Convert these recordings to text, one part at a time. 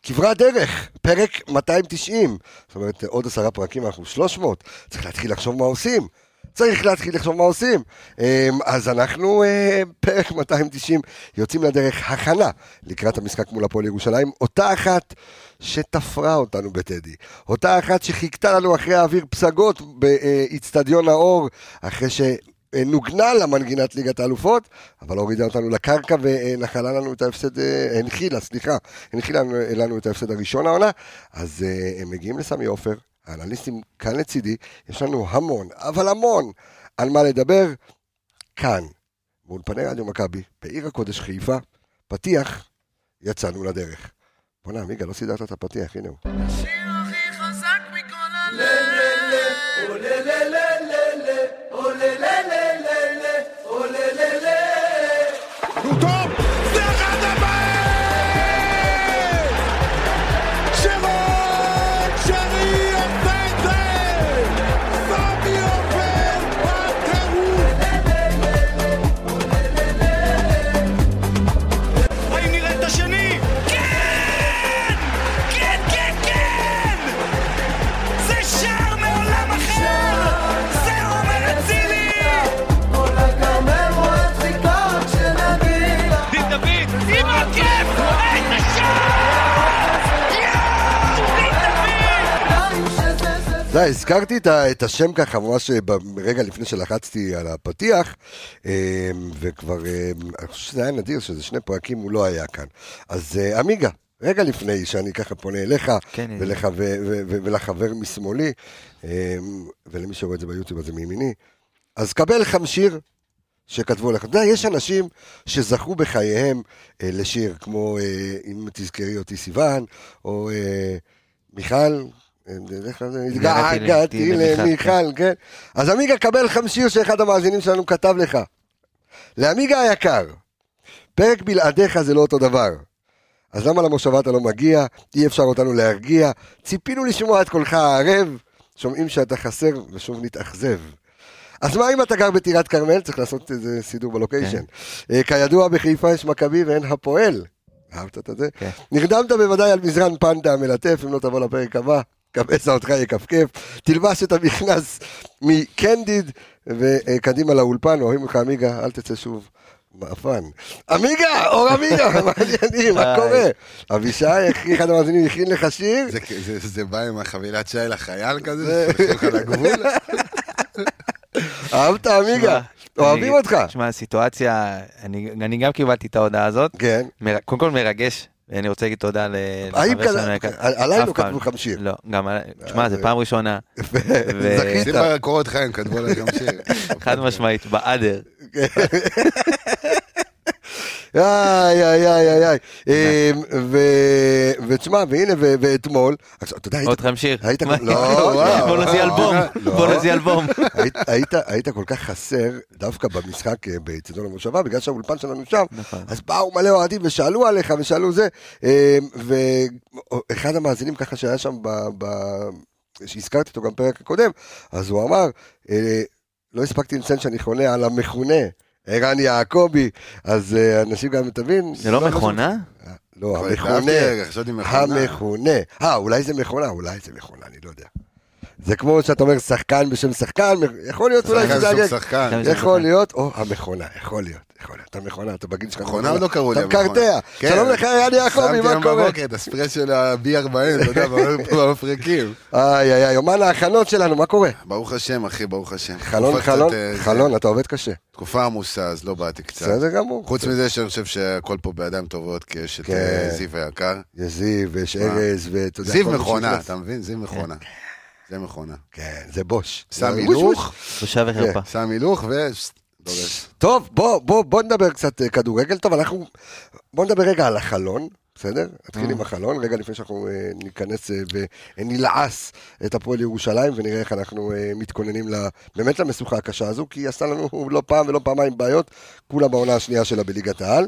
כברת דרך, פרק 290, זאת אומרת עוד 10 פרקים אנחנו 300, צריך להתחיל לחשוב מה עושים, אז אנחנו פרק 290 יוצאים לדרך הכנה לקראת המשחק מול הפועל ירושלים, אותה אחת שתפרה אותנו בטדי, אותה אחת שחיכתה לנו אחרי האוויר פסגות באצטדיון האור, אחרי נוגנה למנגינת ליגת האלופות, אבל הורידה אותנו לקרקע ונחלה לנו את ההפסד, הנחילה לנו את ההפסד הראשון העונה, אז הם מגיעים לסמי עופר, האנליסטים כאן לצידי, יש לנו המון, אבל המון, על מה לדבר, כאן, באולפני רדיו מכבי, בעיר הקודש חיפה, פתיח, יצאנו לדרך. בוא נעמיגה, לא סידרת את הפתיח, הנה הוא. השיר הכי חזק מכל הלב. הוא טוב, זה אחד הבאים! שרון שרי עושה את זה! סמי עופר בטירוף! האם נראה את השני? כן! כן, כן, כן! זה שער מעולם אחר! זה עומר אצילי! כל הגמר הוא הדחיקה כשנגיד דין דוד, עם הכיף! איזה שער! יואו! דין דוד! הזכרתי את השם ככה ממש ברגע לפני שלחצתי על הפתיח, וכבר, אני חושב שזה היה נדיר שזה 2 פרקים, הוא לא היה כאן. אז אמיגה, רגע לפני שאני ככה פונה אליך, ולחבר משמאלי, ולמי שרואה את זה ביוטיוב הזה מימיני, אז קבל חמשיר שכתבו לך. אתה יודע, יש אנשים שזכו בחייהם לשיר, כמו אם תזכרי אותי סיוון, או מיכל, הגעתי למיכל, כן? אז אמיגה קבל חמשיר שאחד המאזינים שלנו כתב לך. לאמיגה היקר, פרק בלעדיך זה לא אותו דבר. אז למה למושבה אתה לא מגיע? אי אפשר אותנו להרגיע. ציפינו לשמוע את קולך הערב, שומעים שאתה חסר ושוב נתאכזב. אז מה אם אתה גר בטירת כרמל? צריך לעשות איזה סידור בלוקיישן. כידוע בחיפה יש מכבי ואין הפועל. אהבת את זה? נרדמת בוודאי על מזרן פנדה המלטף, אם לא תבוא לפרק הבא, כבסה אותך יקפקף, תלבש את המכנס מקנדיד, וקדימה לאולפן, אוהבים לך אמיגה, אל תצא שוב מאפן. אמיגה, אור אמיגה, מה עניינים, מה קורה? אבישי, אחד המאזינים הכין לך שיר? זה בא עם החבילת שי לחייל כזה, שפכים לך לגבול? אהבת אמיגה, אוהבים אותך. תשמע, הסיטואציה, אני גם קיבלתי את ההודעה הזאת, קודם כל מרגש, אני רוצה להגיד תודה לחבר שלנו יקר. עלינו כתבו חמשיר. לא, גם, תשמע, זה פעם ראשונה. זכית. סיבה קורות חיים, כתבו עליי חמשיר. חד משמעית, בעדר. איי, ותשמע, והנה, ואתמול, עוד חמשיר. בוא נזי אלבום. היית כל כך חסר, דווקא במשחק באצטדיון המושבה, בגלל שהאולפן שלנו שם, אז באו מלא אוהדים ושאלו עליך, ושאלו זה, ואחד המאזינים ככה שהיה שם, שהזכרתי אותו גם פרק הקודם, אז הוא אמר, לא הספקתי לציין שאני חונה על המכונה, ערן יעקובי, אז אנשים גם תבין. זה לא מכונה? לא, המכונה. אולי זה מכונה, אני לא יודע. זה כמו שאתה אומר שחקן בשם שחקן, יכול להיות אולי שזה יכול להיות, או המכונה, יכול להיות. אתה מכונה, אתה בגיד שלך מכונה. עוד לא קראו לי המכונה. אתה מקרטע. שלום לך ערן יעקובי, מה קורה? שמתי היום בבוקר את הספרס של ה-B40, אתה יודע, במפרקים. יומן ההכנות שלנו, מה קורה? ברוך השם, אחי, ברוך השם. חלון, אתה עובד קשה. תקופה עמוסה, אז לא באתי קצת. בסדר גמור. חוץ מזה שאני חושב שהכל פה בידיים טובות, כי יש את זיו היקר. יש זיו, יש ארז, זיו מכונה, אתה מבין? זיו מכונה. זה מכונה. כן, זה בוש. שם הילוך. בושה וחרפה. שם הילוך טוב, בוא נדבר קצת כדורגל. טוב, בוא נדבר רגע על החלון, בסדר? נתחיל עם החלון, רגע לפני שאנחנו ניכנס ונלעס את הפועל ירושלים, ונראה איך אנחנו מתכוננים באמת למשוכה הקשה הזו, כי היא עשתה לנו לא פעם ולא פעמיים בעיות, כולה בעונה השנייה שלה בליגת העל.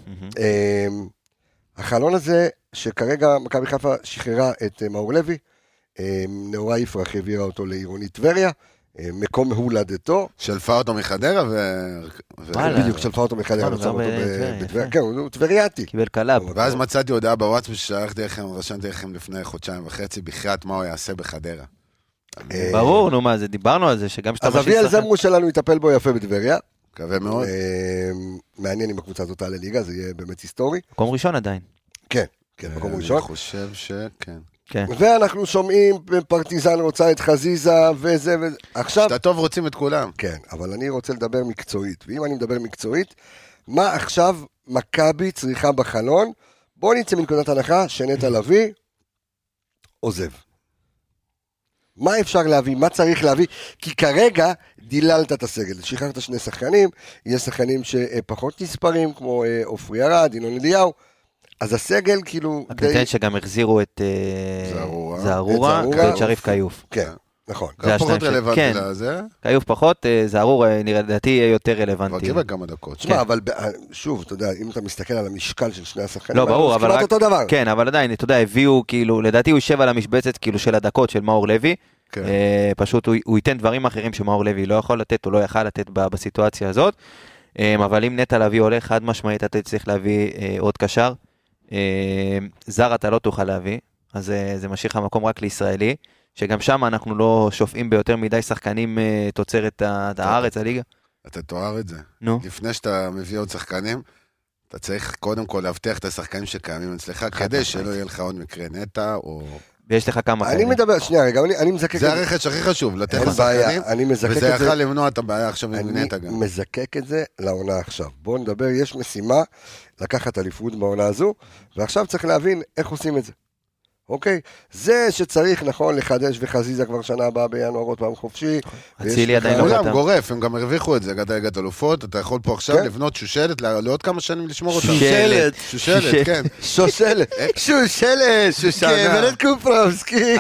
החלון הזה, שכרגע מכבי חיפה שחררה את מאור לוי, נאורה יפרח העבירה אותו לעירוני טבריה, מקום הולדתו. שלפה אותו מחדרה בדיוק, שלפה אותו מחדרה, ושם אותו בטבריה, כן, הוא טבריאתי. קיבל קלאב. ואז מצאתי הודעה בוואטסאפ ששלחתי לכם, רשמתי לכם לפני חודשיים וחצי, בחייאת מה הוא יעשה בחדרה. ברור, נו מה, דיברנו על זה, שגם שאתה אז אביאל זמרו שלנו יטפל בו יפה בטבריה. מקווה מאוד. מעניין אם הקבוצה הזאת תעלה ליגה, זה יהיה באמת היסטורי. מקום ראשון עדיין. כן, מקום ראשון. אני חושב שכן. ואנחנו שומעים, פרטיזן רוצה את חזיזה וזה וזה. עכשיו... שאתה טוב רוצים את כולם. כן, אבל אני רוצה לדבר מקצועית. ואם אני מדבר מקצועית, מה עכשיו מכבי צריכה בחלון? בואו נצא מנקודת הנחה שנטע לביא עוזב. מה אפשר להביא? מה צריך להביא? כי כרגע דיללת את הסגל. שחררת שני שחקנים, יש שחקנים שפחות נספרים, כמו אופרי ירד, ינון אליהו. אז הסגל כאילו... הקטן שגם החזירו את זערורה ואת שריף קיוף. כן, נכון. גם פחות רלוונטי לזה. קיוף פחות, זערור לדעתי יהיה יותר רלוונטי. כבר קיבל כמה דקות. תשמע, אבל שוב, אתה יודע, אם אתה מסתכל על המשקל של שני השחקנים, לא, ברור, אבל רק... אותו דבר. כן, אבל עדיין, אתה יודע, הביאו כאילו, לדעתי הוא יושב על המשבצת כאילו של הדקות של מאור לוי, פשוט הוא ייתן דברים אחרים שמאור לוי לא יכול לתת, הוא לא יכל לתת בסיטואציה הזאת, אבל אם נטע לביא הולך, חד משמעית אתה צריך להביא עוד קשר, זר אתה לא תוכל להביא, אז זה משאיר לך מקום רק לישראלי, שגם שם אנחנו לא שופעים ביותר מדי שחקנים תוצרת הארץ, הליגה. אתה תואר את זה. נו. לפני שאתה מביא עוד שחקנים, אתה צריך קודם כל להבטיח את השחקנים שקיימים אצלך, כדי שלא יהיה לך עוד מקרה נטע, או... ויש לך כמה אני מדבר, שנייה רגע, אני מזקק... זה הרכש הכי חשוב, לתת לשחקנים, וזה יכל למנוע את הבעיה עכשיו עם נטע גם. אני מזקק את זה לעונה עכשיו. בואו נדבר, יש משימה לקחת אליפות בעונה הזו, ועכשיו צריך להבין איך עושים את זה. אוקיי? זה שצריך, נכון, לחדש וחזיזה כבר שנה הבאה בינואר עוד פעם חופשי. הצילי עדיין לא חתם. גורף, הם גם הרוויחו את זה, הגעת אלופות, אתה יכול פה עכשיו לבנות שושלת, לעוד כמה שנים לשמור אותה. שושלת, כן. שושלת, כן, ולד קופרובסקי.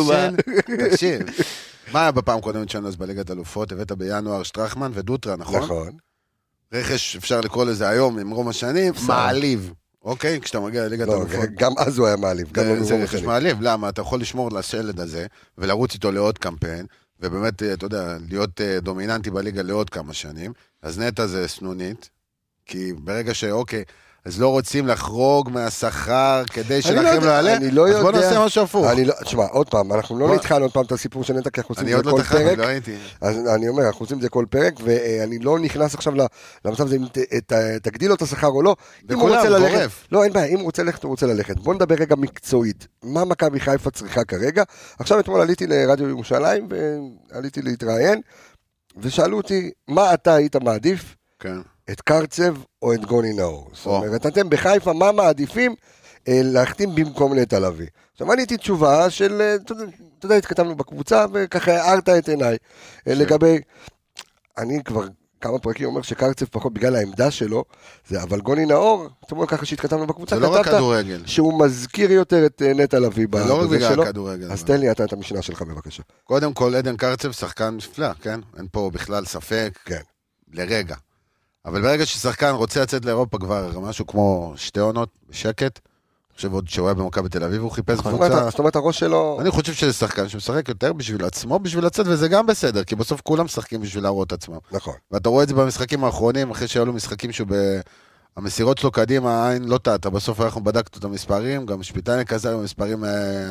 תקשיב, מה היה בפעם קודמת שלנו אז בליגת אלופות? הבאת בינואר שטרחמן ודוטרה, נכון? נכון. רכש, אפשר לקרוא לזה היום, עם רום השנים, מעליב. אוקיי, כשאתה מגיע לליגת אלופות. גם אז הוא היה מעליב. זה רכש מעליב, למה? אתה יכול לשמור לשלד הזה, ולרוץ איתו לעוד קמפיין, ובאמת, אתה יודע, להיות דומיננטי בליגה לעוד כמה שנים, אז נטע זה סנונית, כי ברגע שאוקיי, אז לא רוצים לחרוג מהשכר כדי שלכם לא יעלה, אז בוא נעשה משהו הפוך. תשמע, עוד פעם, אנחנו לא נתחל עוד פעם את הסיפור של נטע, כי אנחנו עושים את זה כל פרק. אז אני אומר, אנחנו עושים את זה כל פרק, ואני לא נכנס עכשיו למצב הזה, אם תגדיל לו את השכר או לא. אם הוא רוצה ללכת, לא, אין בעיה, אם הוא רוצה ללכת, הוא רוצה ללכת. בוא נדבר רגע מקצועית. מה מכבי חיפה צריכה כרגע? עכשיו אתמול עליתי לרדיו ירושלים, ועליתי להתראיין, ושאלו אותי, מה אתה היית מעדיף? כן. את קרצב או את גוני נאור. זאת אומרת, אתם בחיפה, מה מעדיפים להחתים במקום נטע לביא? עכשיו, אני הייתי תשובה של, אתה יודע, התכתבנו בקבוצה, וככה הערת את עיניי. לגבי, אני כבר כמה פרקים אומר שקרצב פחות בגלל העמדה שלו, אבל גוני נאור, זאת אומרת, ככה שהתכתבנו בקבוצה, זה לא רק כדורגל. שהוא מזכיר יותר את נטע לביא. זה לא רק בגלל כדורגל. אז תן לי אתה את המשנה שלך בבקשה. קודם כל, עדן קרצב שחקן נפלא, כן? אין פה בכלל ספק. כן. לרגע. אבל ברגע ששחקן רוצה לצאת לאירופה כבר משהו כמו 2 עונות בשקט, אני חושב עוד שהוא היה במכבי בתל אביב, הוא חיפש קבוצה. זאת אומרת, הראש שלו... אני חושב שזה שחקן שמשחק יותר בשביל עצמו, בשביל לצאת, וזה גם בסדר, כי בסוף כולם משחקים בשביל להראות עצמם. נכון. ואתה רואה את זה במשחקים האחרונים, אחרי שהיו לו משחקים המסירות שלו קדימה, העין לא טעתה, בסוף אנחנו בדקנו את המספרים, גם שפיטני כזה היו מספרים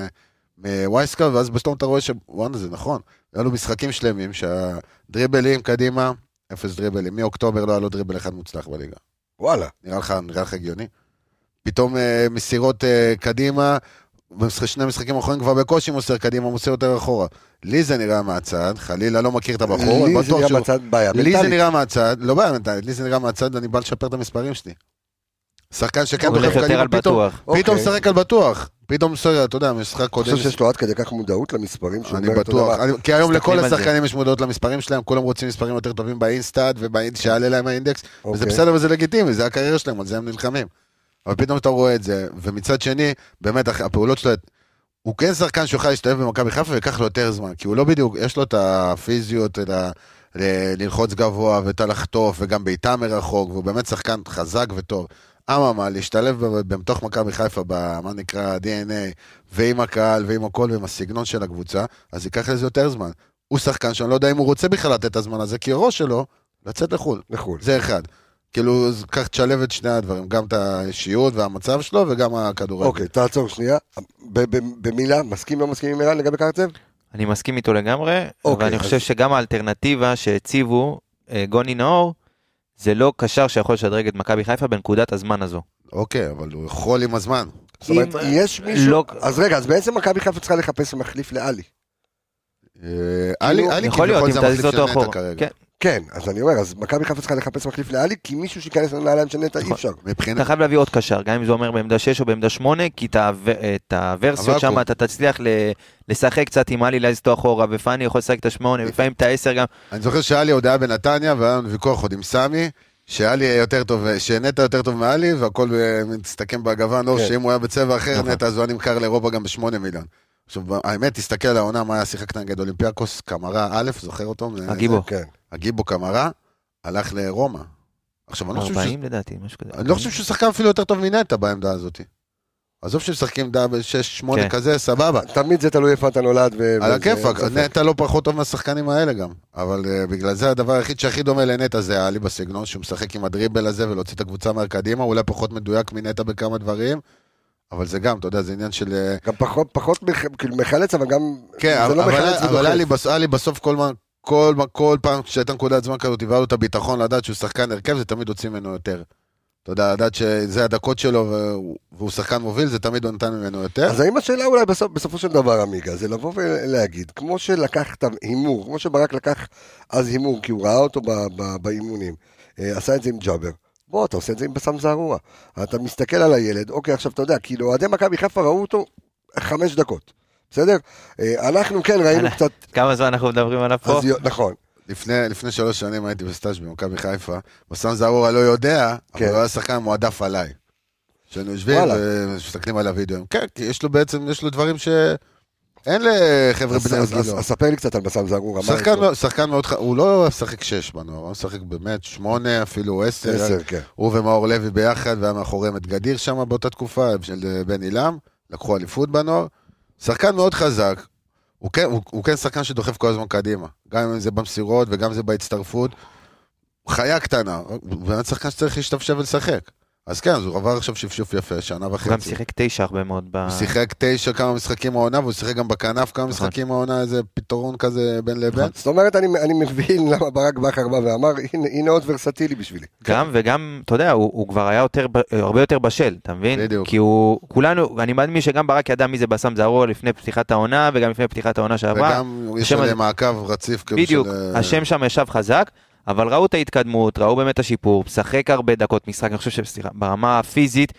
מווייסקה, ואז בסוף אתה רואה שוואנה, זה נכון. היו לו משחקים שלמים, שהדריבלים קדימה 0 דריבלים, מאוקטובר לא היה לו דריבל אחד מוצלח בליגה. וואלה. נראה לך הגיוני. פתאום מסירות קדימה, בשני משחקים האחרונים כבר בקושי מוסר קדימה, מוסר יותר אחורה. לי זה נראה מהצד, חלילה לא מכיר את הבחור. לי זה נראה מהצד בעיה. לי זה נראה מהצד, לא בעיה מנטלית, לי זה נראה מהצד, אני בא לשפר את המספרים שלי. שחקן שכן דוחף קדימה, פתאום משחק על בטוח. פתאום סוריה, אתה יודע, משחק קודם... אני חושב שיש לו עד כדי כך מודעות למספרים. אני בטוח, כי היום לכל השחקנים יש מודעות למספרים שלהם, כולם רוצים מספרים יותר טובים באינסטאט, שעלה להם האינדקס, וזה בסדר וזה לגיטימי, זה הקריירה שלהם, על זה הם נלחמים. אבל פתאום אתה רואה את זה, ומצד שני, באמת, הפעולות שלו, הוא כן שחקן שיוכל להשתלב במכבי חיפה, ויקח לו יותר זמן, כי הוא לא בדיוק, יש לו את הפיזיות, ללחוץ גבוה, ואת הלחטוף, וגם בעיטה מרחוק, והוא באמת שחקן חזק וטוב. אממה, להשתלב בתוך מכבי חיפה, במה נקרא DNA, ועם הקהל, ועם הכל, ועם הסגנון של הקבוצה, אז ייקח לזה יותר זמן. הוא שחקן שאני לא יודע אם הוא רוצה בכלל לתת את הזמן הזה, כי הראש שלו, לצאת לחול. זה אחד. כאילו, כך תשלב את שני הדברים, גם את האישיות והמצב שלו, וגם הכדורגל. אוקיי, תעצור שנייה. במילה, מסכים לא מסכים עם ערן לגבי קרצב? אני מסכים איתו לגמרי, ואני חושב שגם האלטרנטיבה שהציבו גוני נאור, זה לא קשר שיכול לשדרג את מכבי חיפה בנקודת הזמן הזו. אוקיי, אבל הוא יכול עם הזמן. זאת אומרת, יש מישהו... אז רגע, אז בעצם מכבי חיפה צריכה לחפש מחליף לאלי. אלי יכול להיות, אם תזיז אותו אחורה. כן, אז אני אומר, אז מכבי חיפה צריכה לחפש מחליף לאלי, כי מישהו שיכנס לנעליים של נטע אי אפשר. אתה חייב להביא עוד קשר, גם אם זה אומר בעמדה 6 או בעמדה 8, כי את הוורסיות שם אתה תצליח לשחק קצת עם אלי, להזיז אותו אחורה, ופני יכול לשחק את ה8, לפעמים את ה10 גם. אני זוכר שאלי עוד היה בנתניה, והיה לנו ויכוח עוד עם סמי, שאלי יותר טוב, שנטע יותר טוב מאלי, והכל מסתכם בהגוון, או שאם הוא היה בצבע אחר, נטע אז הוא היה נמכר לאירופה גם ב8 מיליון. עכשיו, האמת, תסתכל על העונה, מה היה שיחק נגד אולימפיאקוס, קמרה א', זוכר אותו? הגיבו. הגיבו קמרה, הלך לרומא. עכשיו, 40 לדעתי, משהו כזה. אני לא חושב שהוא שחקן אפילו יותר טוב מנטע בעמדה הזאת. עזוב שמשחקים ב6-8 כזה, סבבה. תמיד זה תלוי איפה אתה נולד. על הכיפק, נטע לא פחות טוב מהשחקנים האלה גם. אבל בגלל זה הדבר היחיד שהכי דומה לנטע זה עלי בסגנון, שהוא משחק עם הדריבל הזה ולהוציא את הקבוצה מהקדימה, אולי פחות מדויק מנטע בכמה דברים. אבל זה גם, אתה יודע, זה עניין של... גם פחות מחלץ, אבל גם... כן, אבל עלי בסוף כל פעם שהייתה נקודת זמן כזאת, תבעלו את הביטחון לדעת שהוא שחקן הרכב, זה תמיד הוציא ממנו יותר. אתה יודע, לדעת שזה הדקות שלו, והוא שחקן מוביל, זה תמיד נתן ממנו יותר. אז האם השאלה אולי בסופו של דבר, עמיגה, זה לבוא ולהגיד, כמו שלקח את ההימור, כמו שברק לקח אז הימור, כי הוא ראה אותו באימונים, עשה את זה עם ג'אבר. בוא, אתה עושה את זה עם בסם זערורה. אתה מסתכל על הילד, אוקיי, עכשיו אתה יודע, כאילו, אוהדי מכבי חיפה ראו אותו 5 דקות. בסדר? אנחנו כן ראינו קצת... כמה זמן אנחנו מדברים עליו פה? נכון. לפני 3 שנים הייתי בסטאז' במכבי חיפה, בסם זערורה לא יודע, אבל הוא היה שחקן מועדף עליי. כשאנו יושבים ומסתכלים על הוידאו. כן, כי יש לו בעצם, יש לו דברים אין לחבר'ה בני הגילו. אז ספר לי קצת על בסם זערורה. שחקן מאוד, הוא לא שחק 6 בנוער, הוא שחק באמת 8, אפילו 10. הוא ומאור לוי ביחד, והיה מאחוריהם את גדיר שם באותה תקופה, של בן אילם, לקחו אליפות בנוער. שחקן מאוד חזק, הוא כן שחקן שדוחף כל הזמן קדימה, גם אם זה במסירות וגם אם זה בהצטרפות. חיה קטנה, הוא באמת שחקן שצריך להשתפשב ולשחק. אז כן, אז הוא עבר עכשיו שפשוף יפה, שנה וחצי. הוא גם שיחק 9 הרבה מאוד. הוא שיחק 9 כמה משחקים העונה, והוא שיחק גם בכנף כמה משחקים העונה, איזה פתרון כזה בין לבין. זאת אומרת, אני מבין למה ברק בכר בא ואמר, הנה עוד ורסטילי בשבילי. גם וגם, אתה יודע, הוא כבר היה הרבה יותר בשל, אתה מבין? בדיוק. כי כולנו, אני מאמין שגם ברק ידע מי זה בסם זערורה לפני פתיחת העונה, וגם לפני פתיחת העונה שעברה. וגם יש עליהם מעקב רציף. בדיוק, השם שם ישב חזק. אבל ראו את ההתקדמות, ראו באמת השיפור, משחק הרבה דקות משחק, אני חושב שברמה הפיזית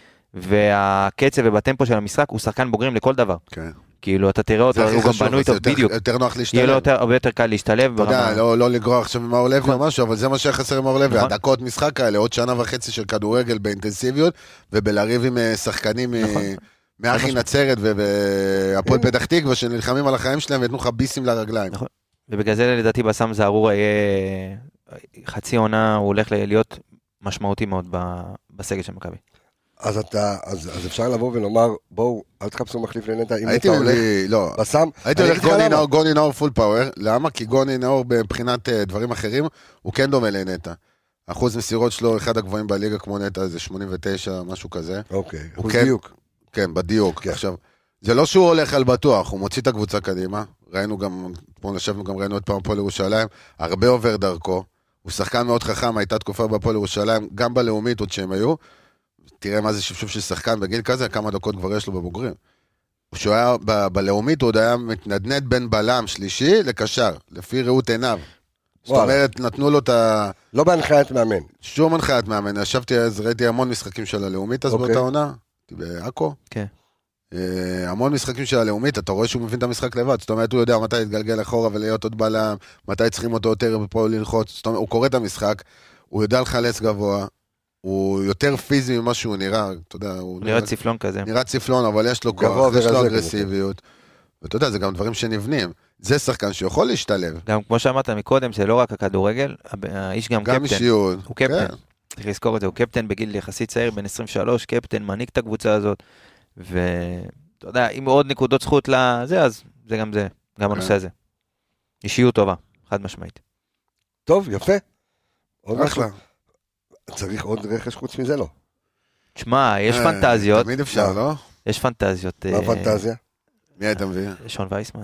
והקצב ובטמפו של המשחק, הוא שחקן בוגרים לכל דבר. כן. כאילו, אתה תראה אותו, הוא גם בנוי טוב, בדיוק. יותר נוח להשתלב. יהיה לו הרבה יותר קל להשתלב. אתה יודע, לא לגרוע עכשיו עם מאור לוי או משהו, אבל זה מה שחסר עם מאור לוי, הדקות משחק האלה, עוד 1.5 שנה של כדורגל באינטנסיביות, ובלריב עם שחקנים מאחי נצרת והפועל פתח תקווה, שנלחמים על החיים שלהם ויתנו לך ביסים לרגליים. ובגלל זה לדעתי בסם זערורה יהיה חצי עונה, הוא הולך להיות משמעותי מאוד בסגל של מכבי. אז אפשר לבוא ולומר, בואו, אל תחפשו מחליף לנטע, אם אתה הולך בסם. הייתי הולך גוני נאור פול פאוור, למה? כי גוני נאור בבחינת דברים אחרים, הוא כן דומה לנטע. אחוז מסירות שלו, אחד הגבוהים בליגה כמו נטע, זה 89, משהו כזה. אוקיי, אחוז דיוק. כן, בדיוק. עכשיו, זה לא שהוא הולך על בטוח, הוא מוציא את הקבוצה קדימה, ראינו גם, פה נשבנו גם ראינו את פעם הפועל ירושלים, הרבה עובר דרכו, הוא שחקן מאוד חכם, הייתה תקופה בהפועל ירושלים, גם בלאומית עוד שהם היו, תראה מה זה שפשוף של שחקן בגיל כזה, כמה דקות כבר יש לו בבוגרים. כשהוא היה בלאומית, הוא עוד היה מתנדנד בין בלם שלישי לקשר, לפי ראות עיניו. זאת אומרת, נתנו לו את ה... לא בהנחיית מאמן. שום הנחיית מאמן, ישבתי אז, ראיתי המון משחקים של הלאומית אז באותה עונה, בעכו. כן. המון משחקים של הלאומית, אתה רואה שהוא מבין את המשחק לבד, זאת אומרת, הוא יודע מתי להתגלגל אחורה ולהיות עוד בלם, מתי צריכים אותו יותר פה ללחוץ, זאת אומרת, הוא קורא את המשחק, הוא יודע לחלץ גבוה, הוא יותר פיזי ממה שהוא נראה, אתה יודע, הוא נראה ציפלון כזה. נראה ציפלון, אבל יש לו כוח, יש לו אגרסיביות, ואתה יודע, זה גם דברים שנבנים, זה שחקן שיכול להשתלב. גם כמו שאמרת מקודם, זה לא רק הכדורגל, האיש גם קפטן. גם אישיות. הוא קפטן, צריך לזכור את זה, הוא קפטן בגיל יחסית צעיר, בן 23, קפטן, מנהיג את הקבוצה הזאת. ואתה יודע, אם עוד נקודות זכות לזה, אז זה גם הנושא הזה. אישיות טובה, חד משמעית. טוב, יפה. עוד אחלה. משהו. צריך עוד רכש חוץ מזה, לא. תשמע, יש פנטזיות. תמיד אפשר, לא? יש פנטזיות. מה הפנטזיה? מי היית מביא? שון וייסמן,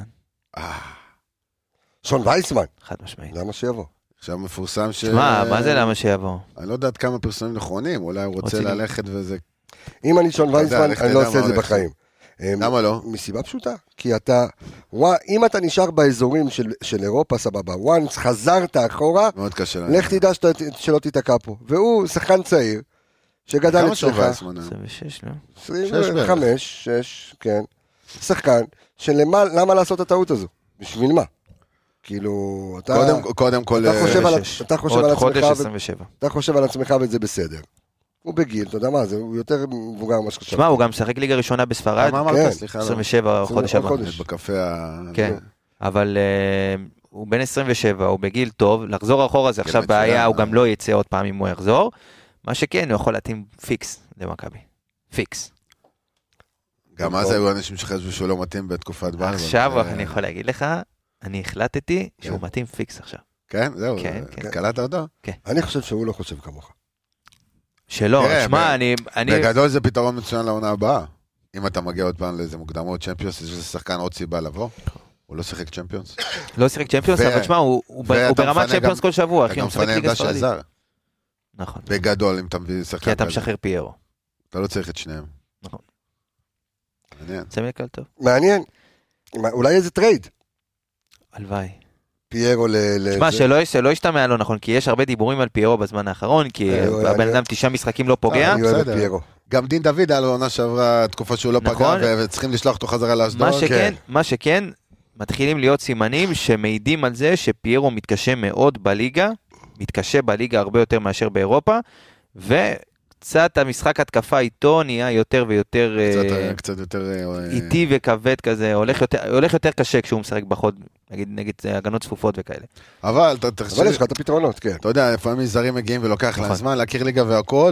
שון וייסמן. חד משמעית. למה שיבוא? עכשיו מפורסם ש... תשמע, מה זה למה שיבוא? אני לא יודעת כמה פרסומים נכונים, אולי הוא רוצה רוצים. ללכת וזה... אם אני שון וייסמן, לך אני תדע לא עושה מה את זה הולך. בחיים. למה לא? מסיבה פשוטה, כי אתה, אם אתה נשאר באזורים של אירופה, סבבה, once חזרת אחורה, מאוד קשה. לך תדע שלא תיתקע פה. והוא שחקן צעיר, שגדל כמה שוב אצלך, וייסמן? 26, לא? 25, 6, כן, שחקן, למה לעשות את הטעות הזו? בשביל מה? כאילו, קודם כל... אתה חושב עוד על חודש עצמך, 27. אתה חושב על עצמך וזה בסדר. הוא בגיל, אתה יודע מה, הוא יותר מבוגר ממה שחשבתי. תשמע, הוא גם משחק ליגה ראשונה בספרד, מה כן. אמרת? סליחה. 27 חודש הבא. חודש. בקפה ה... כן, אבל הוא בן 27, הוא בגיל טוב, לחזור אחורה זה עכשיו מצוין. בעיה, הוא גם לא יצא עוד פעם אם הוא יחזור, מה שכן, הוא יכול להתאים פיקס למכבי. פיקס. גם אז היו אנשים שחשבו שהוא לא מתאים בתקופת בעל. עכשיו אני יכול להגיד לך, אני החלטתי שהוא מתאים פיקס עכשיו. כן, זהו. כן, כן. קלטת אותו? אני חושב שהוא לא חושב כמוך. שלא, תראה, שמע, אני... בגדול זה פתרון מצוין לעונה הבאה. אם אתה מגיע עוד פעם לאיזה מוקדמות צ'מפיונס, יש לזה שחקן עוד סיבה לבוא. הוא לא שיחק צ'מפיונס. לא שיחק צ'מפיונס, אבל תשמע, הוא ברמת צ'מפיונס כל שבוע, אתה אחי, גם הוא משחק מפנה ליגה עמדה של ספרדית. זר. נכון. בגדול, אם אתה מביא שחקן כי אתה כזה. משחרר פיירו. אתה לא צריך את שניהם. נכון. מעניין. זה מלכל טוב. מעניין. אולי איזה טרייד. הלוואי. פיירו תשמע, שלא ישתמע לא נכון, כי יש הרבה דיבורים על פיירו בזמן האחרון, כי הבן אדם 9 משחקים לא פוגע. אני אוהב את בסדר. פיירו. גם דין דוד היה לו עונה שעברה תקופה שהוא לא פגע, נכון. וצריכים לשלוח אותו חזרה לאשדוד. מה שכן, מתחילים להיות סימנים שמעידים על זה שפיירו מתקשה מאוד בליגה, מתקשה בליגה הרבה יותר מאשר באירופה, וקצת המשחק התקפה איתו נהיה יותר ויותר קצת יותר... איטי וכבד כזה, הולך יותר קשה כשהוא משחק בחוד, נגיד הגנות צפופות וכאלה. אבל אבל יש לך את הפתרונות, כן. אתה יודע, לפעמים זרים מגיעים ולוקח להם זמן להכיר ליגה והכל,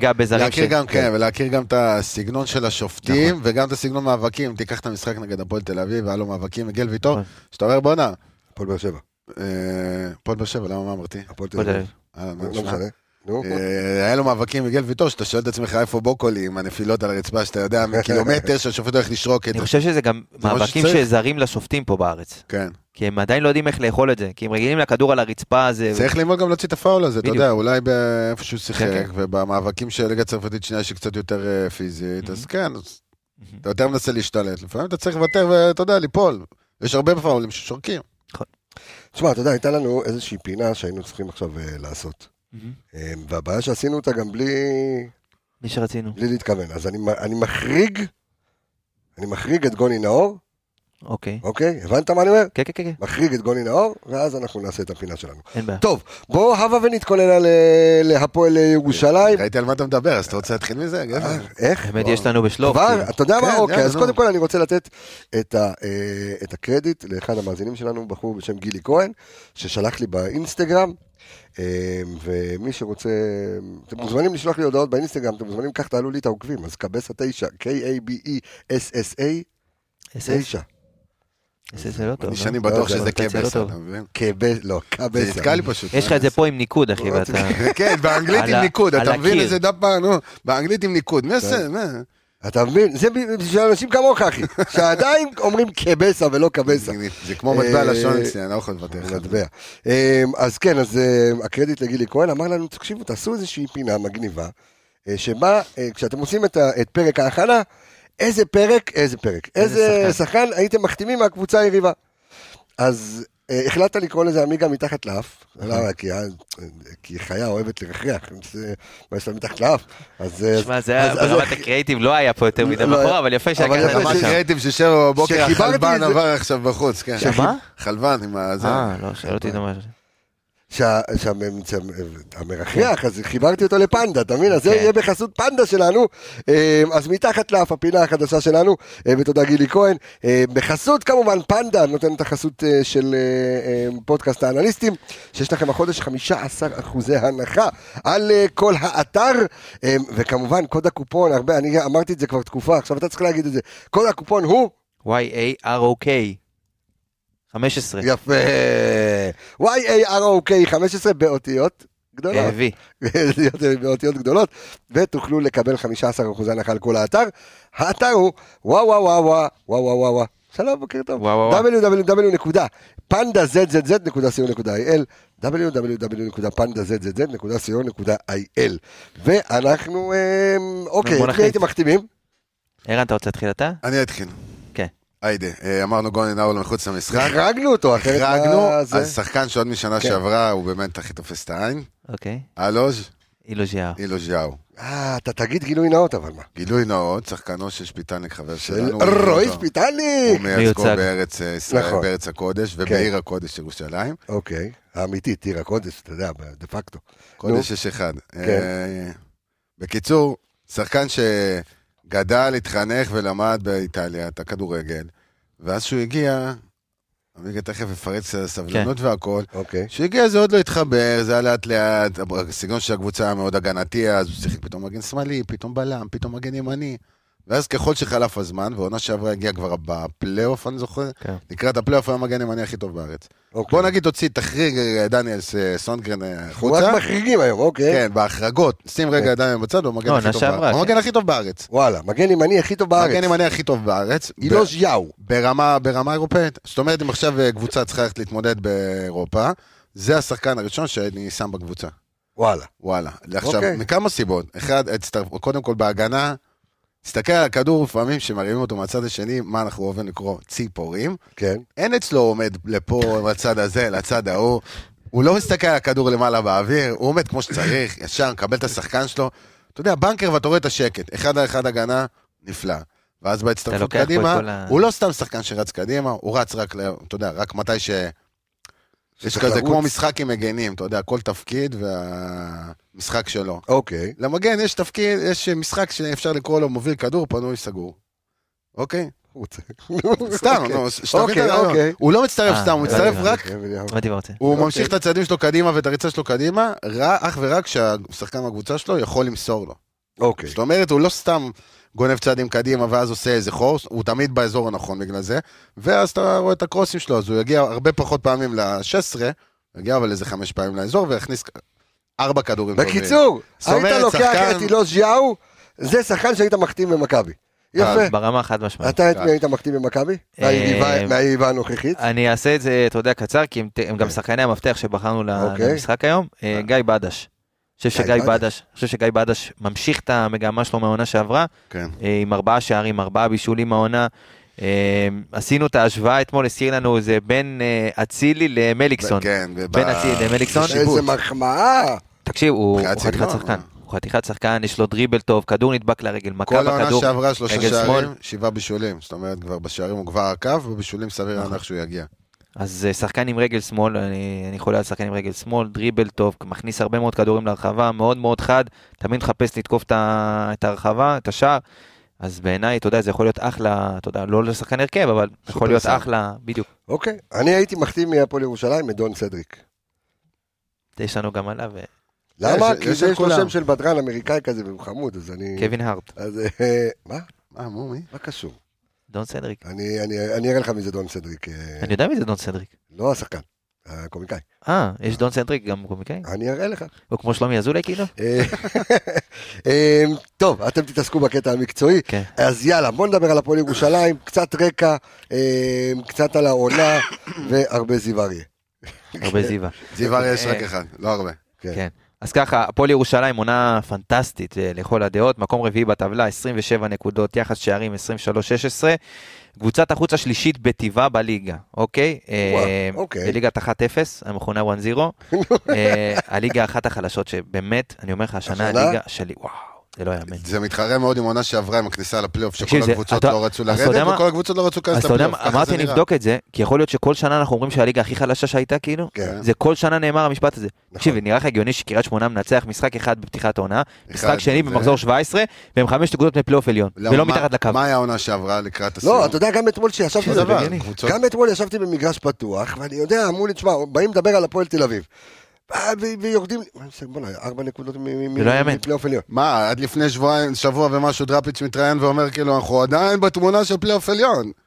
ולהכיר גם את הסגנון של השופטים, וגם את הסגנון מאבקים. תיקח את המשחק נגד הפועל תל אביב, והיה לו מאבקים מגיל ויטור, שאתה אומר בונה. הפועל באר שבע. הפועל באר שבע, למה מה אמרתי? הפועל תל אביב. לא משנה. היה לו מאבקים מגיל ויטור, שאתה שואל את עצמך איפה בוקולי עם הנפילות על הרצפה, שאתה יודע מקילומטר שהשופט הולך לשרוק את זה. אני חושב שזה גם מאבקים שזרים לשופטים פה בארץ. כן. כי הם עדיין לא יודעים איך לאכול את זה, כי הם רגילים לכדור על הרצפה. צריך ללמוד גם להוציא את הפאול הזה, אתה יודע, אולי באיפשהו שיחק, ובמאבקים של ליגה צרפתית שנייה שהיא קצת יותר פיזית, אז כן, אתה יותר מנסה להשתלט, לפעמים אתה צריך לוותר ואתה יודע, ליפול. יש הרבה פאולים ששורקים. תשמע, אתה יודע, הייתה לנו איזושהי פינה שהיינו צריכים עכשיו לעשות. והבעיה שעשינו אותה גם בלי שרצינו. בלי להתכוון. אז אני מחריג את גוני נאור. אוקיי. אוקיי? הבנת מה אני אומר? כן, כן, כן. מחריג את גוני נאור, ואז אנחנו נעשה את הפינה שלנו. אין בעיה. טוב, בואו הווה ונתכונן להפועל ירושלים. ראיתי על מה אתה מדבר, אז אתה רוצה להתחיל מזה? איך? באמת יש לנו בשלוף. כבר, אתה יודע מה? כן, אוקיי, אז נו. קודם כל אני רוצה לתת את הקרדיט לאחד המאזינים שלנו, בחור בשם גילי כהן, ששלח לי באינסטגרם, ומי שרוצה, אתם מוזמנים לשלוח לי הודעות באינסטגרם, אתם מוזמנים כך תעלו לי את העוקבים, אז קבסה 9, K-A-B-E-S-S-A 9. זה לא טוב. אני שאני לא? בטוח זה שזה רוטציה לא קבסה, טוב. אתה מבין? לא, זה קבסה. נתקע לי פשוט. יש לך את זה פה עם ניקוד, אחי, ואתה... כן, באנגלית על עם ניקוד, על אתה מבין הקיר. איזה דפה, נו, באנגלית עם ניקוד, מי עושה, מה? אתה מבין? זה בשביל אנשים כמוך, אחי, שעדיין אומרים קבסה ולא קבסה. זה כמו מטבע לשון אצלי, אני לא יכול לוותר. מטבע. אז כן, אז הקרדיט לגילי כהן אמר לנו, תקשיבו, תעשו איזושהי פינה מגניבה, שבה, כשאתם עושים את פרק ההכנה, איזה פרק, איזה שחקן הייתם מחתימים מהקבוצה היריבה. אז החלטת לקרוא לזה עמיגה מתחת לאף, כי חיה אוהבת לרחרח, מה יש לה מתחת לאף. שמע, זה היה ברמת הקריאיטיב, לא היה פה יותר מדי בחורה, אבל יפה שהגעת יפה את זה רמת שם. קריאטיב ששבע בבוקר שחיברתי החלבן את זה. עבר עכשיו בחוץ, כן. שמה? חלבן עם הזה. לא, שאל אותי את המשהו. שהמרחח, אז חיברתי אותו לפנדה, אתה מבין? אז זה יהיה בחסות פנדה שלנו, אז מתחת לאף הפינה החדשה שלנו, ותודה גילי כהן, בחסות כמובן פנדה, נותן את החסות של פודקאסט האנליסטים, שיש לכם החודש 15% הנחה על כל האתר, וכמובן קוד הקופון, אני אמרתי את זה כבר תקופה, עכשיו אתה צריך להגיד את זה, קוד הקופון הוא YAROK. 15. יפה. YAROK 15 באותיות גדולות. וי. באותיות גדולות, ותוכלו לקבל 15% הנחה על כל האתר. האתר הוא וואו. שלום, בוקר טוב. www.pandazzzz.co.il www.pandazzzz.co.il ואנחנו, אוקיי, את מי הייתם מחתימים? ערן, אתה רוצה להתחיל אתה? אני אתחיל. כן. היידה, אמרנו גוני נאול מחוץ למשחק. החרגנו אותו, החרגנו, אז שחקן שעוד משנה שעברה, הוא באמת הכי תופס את העין. אוקיי. אלוז' אילוז'יאו. אתה תגיד גילוי נאות, אבל מה? גילוי נאות, שחקנו של שפיטניק, חבר שלנו. רועי שפיטניק! הוא מייצגו בארץ ישראל, בארץ הקודש, ובעיר הקודש ירושלים. אוקיי, האמיתית, עיר הקודש, אתה יודע, דה פקטו. קודש יש אחד. בקיצור, שחקן שגדל, התחנך ולמד באיטליה את הכדורגל, ואז שהוא הגיע, עמיגה תכף יפרץ סבלנות והכל, שהוא הגיע זה עוד לא התחבר, זה היה לאט לאט, הסגנון של הקבוצה היה מאוד הגנתי, אז הוא שיחק פתאום מגן שמאלי, פתאום בלם, פתאום מגן ימני, ואז ככל שחלף הזמן, ועונה שעברה הגיע כבר בפלייאוף, אני זוכר, לקראת הפלייאוף היה המגן ימני הכי טוב בארץ. בוא נגיד תוציא, תחריג דניאל סונגרן חוצה. רק מחריגים היום, אוקיי. כן, בהחרגות, שים רגע דניאל בצד, הוא המגן הכי טוב בארץ. וואלה, מגן ימני הכי טוב בארץ. מגן ימני הכי טוב בארץ. אילוז'יאו. ברמה אירופאית. זאת אומרת, אם עכשיו קבוצה צריכה ללכת להתמודד באירופה, זה השחקן הראשון שאני שם בקבוצה. וואלה. עכשיו, מכמה סיבות. אחד, קודם כל בהגנה, תסתכל על הכדור, לפעמים שמרימים אותו מהצד השני, מה אנחנו אוהבים לקרוא? ציפורים. כן. אין אצלו עומד לפה, לצד הזה, לצד ההוא. הוא לא מסתכל על הכדור למעלה באוויר, הוא עומד כמו שצריך, ישר, מקבל את השחקן שלו. אתה יודע, בנקר ואתה רואה את השקט. אחד על אחד הגנה, נפלא. ואז בהצטרפות קדימה, הוא לא סתם שחקן שרץ קדימה, הוא רץ רק, אתה יודע, רק מתי ש... יש כזה כמו משחק עם מגנים, אתה יודע, כל תפקיד והמשחק שלו. אוקיי. למגן יש תפקיד, יש משחק שאפשר לקרוא לו מוביל כדור, פנוי סגור. אוקיי? סתם, שתבין את הרעיון. הוא לא מצטרף סתם, הוא מצטרף רק... הוא ממשיך את הצעדים שלו קדימה ואת הריצה שלו קדימה, אך ורק שהשחקן מהקבוצה שלו יכול למסור לו. אוקיי. זאת אומרת, הוא לא סתם גונב צעדים קדימה ואז עושה איזה חורס, הוא תמיד באזור הנכון בגלל זה, ואז אתה רואה את הקרוסים שלו, אז הוא יגיע הרבה פחות פעמים ל-16, יגיע אבל איזה 5 פעמים לאזור, ויכניס 4 כדורים. בקיצור, היית לוקח את אילוז'יאו, זה שחקן שהיית מחתים במכבי. יפה. ברמה חד משמעית. אתה את מי היית מחתים במכבי? מהיריבה הנוכחית? אני אעשה את זה, אתה יודע, קצר, כי הם גם שחקני המפתח שבחרנו למשחק היום. גיא בדש. אני חושב שגיא בדש ממשיך את המגמה שלו מהעונה שעברה, עם 4 שערים, 4 בישולים מהעונה. עשינו את ההשוואה אתמול, הזכיר לנו, זה בין אצילי למליקסון. בין אצילי למליקסון. איזה מחמאה. תקשיב, הוא חתיכת שחקן. הוא חתיכת שחקן, יש לו דריבל טוב, כדור נדבק לרגל, מכה בכדור. כל העונה שעברה 3 שערים, 7 בישולים. זאת אומרת, כבר בשערים הוא כבר עקב, ובישולים סביר להניח שהוא יגיע. אז שחקן עם רגל שמאל, אני חולה על שחקן עם רגל שמאל, דריבל טוב, מכניס הרבה מאוד כדורים להרחבה, מאוד מאוד חד, תמיד מחפש לתקוף את הרחבה, את השער, אז בעיניי, אתה יודע, זה יכול להיות אחלה, אתה יודע, לא לשחקן הרכב, אבל יכול להיות אחלה, בדיוק. אוקיי, אני הייתי מחתים מהפועל ירושלים, מדון סדריק. יש לנו גם עליו. למה? כי יש לו שם של בדרן אמריקאי כזה, והוא חמוד, אז אני... קווין הארט. אז, מה? מי? מה קשור? דון סדריק. אני אראה לך מי זה דון סדריק. אני יודע מי זה דון סדריק. לא השחקן, הקומיקאי. יש דון סדריק גם קומיקאי? אני אראה לך. הוא כמו שלומי אזולאי כאילו? טוב, אתם תתעסקו בקטע המקצועי. אז יאללה, בוא נדבר על הפועל ירושלים, קצת רקע, קצת על העונה, והרבה זיווריה. הרבה זיווה. זיווריה יש רק אחד, לא הרבה. כן. אז ככה, הפועל ירושלים עונה פנטסטית לכל הדעות, מקום רביעי בטבלה, 27 נקודות, יחס שערים 23-16, קבוצת החוץ השלישית בטבעה בליגה, אוקיי? בליגת 1-0, המכונה 1-0, הליגה אחת החלשות שבאמת, אני אומר לך, השנה הליגה שלי, וואו. זה לא יאמן. זה מתחרה מאוד עם עונה שעברה עם הכניסה לפלייאוף, שכל הקבוצות לא רצו לרדת, וכל הקבוצות לא רצו להיכנס לפלייאוף. אמרתי נבדוק את זה, כי יכול להיות שכל שנה אנחנו אומרים שהליגה הכי חלשה שהייתה, כאילו, זה כל שנה נאמר המשפט הזה. תקשיב, נראה לך הגיוני שקריית שמונה מנצח משחק אחד בפתיחת העונה, משחק שני במחזור 17, והם 5 נקודות מפלייאוף עליון, ולא מתחת לקו. מה היה העונה שעברה לקראת הסיום? לא, אתה יודע, גם אתמול שישבתי במגרש פתוח, ואני יודע, אמרו לי, תשמע, באים לדבר על הפועל תל אביב. ויורדים, 4 נקודות מפלייאוף עליון. מה, עד לפני שבוע ומשהו דראפיץ' מתראיין ואומר כאילו, אנחנו עדיין בתמונה של פלייאוף עליון.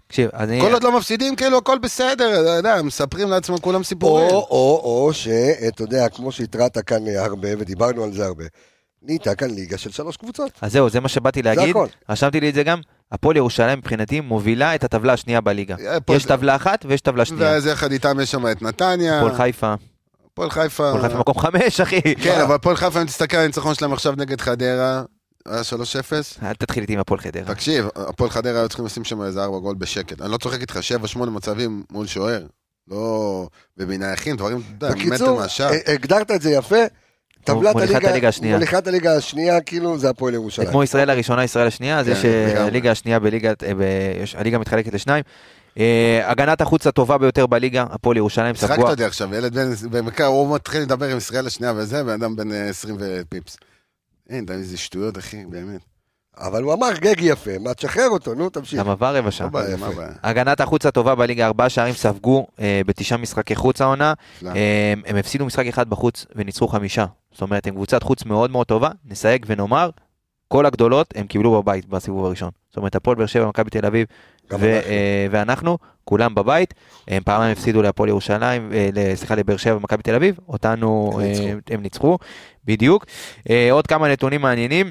תקשיב, אז כל עוד לא מפסידים, כאילו הכל בסדר, אתה יודע, מספרים לעצמם כולם סיפורים. או שאתה יודע, כמו שהתרעת כאן הרבה, ודיברנו על זה הרבה, נהייתה כאן ליגה של 3 קבוצות. אז זהו, זה מה שבאתי להגיד, הכל. רשמתי לי את זה גם, הפועל ירושלים מבחינתי מובילה את הטבלה השנייה בליגה. יש טבלה אחת ויש טבלה שנייה. ואז יחד איתם יש שם את נתניה. הפועל חיפה. הפועל חיפה מקום 5, אחי. כן, אבל הפועל חיפה, אם תסתכל על הניצחון שלהם עכשיו נגד חדרה, היה 3-0. אל תתחיל איתי עם הפועל חדרה. תקשיב, הפועל חדרה היו צריכים לשים שם איזה 4 גול בשקט. אני לא צוחק איתך, 7-8 מצבים מול שוער. לא בבנייחים, דברים, מטר מהשאר. הגדרת את זה יפה. טבלת מוליכת הליגה השנייה, כאילו זה הפועל ירושלים. כמו ישראל הראשונה, ישראל השנייה, אז יש הליגה השנייה הליגה מתחלקת לשניים. הגנת החוץ הטובה ביותר בליגה, הפועל ירושלים. שחקת אותי עכשיו, ילד במקרה, הוא מתחיל לדבר עם ישראל השנייה וזה, ואדם בן 20 ופיפס. אין, די איזה שטויות, אחי, באמת. אבל הוא אמר גג יפה, מה תשחרר אותו, נו, תמשיך. גם עבר רבע שעה. הגנת החוץ הטובה בליגה, 4 שערים ספגו ב9 משחקי חוץ העונה. הם הפסידו משחק אחד בחוץ וניצחו 5. זאת אומרת, הם קבוצת חוץ מאוד מאוד טובה. נסייג ונאמר, כל הגדולות הם קיבלו בבית בסיבוב הראשון. זאת אומרת, הפועל באר שבע, מכבי תל אביב ואנחנו, כולם בבית. הם פעמיים הפסידו להפועל ירושלים, לבאר שבע ומכבי תל אביב. אותנו הם ניצחו, בדיוק. עוד כמה נתונים מעניינים.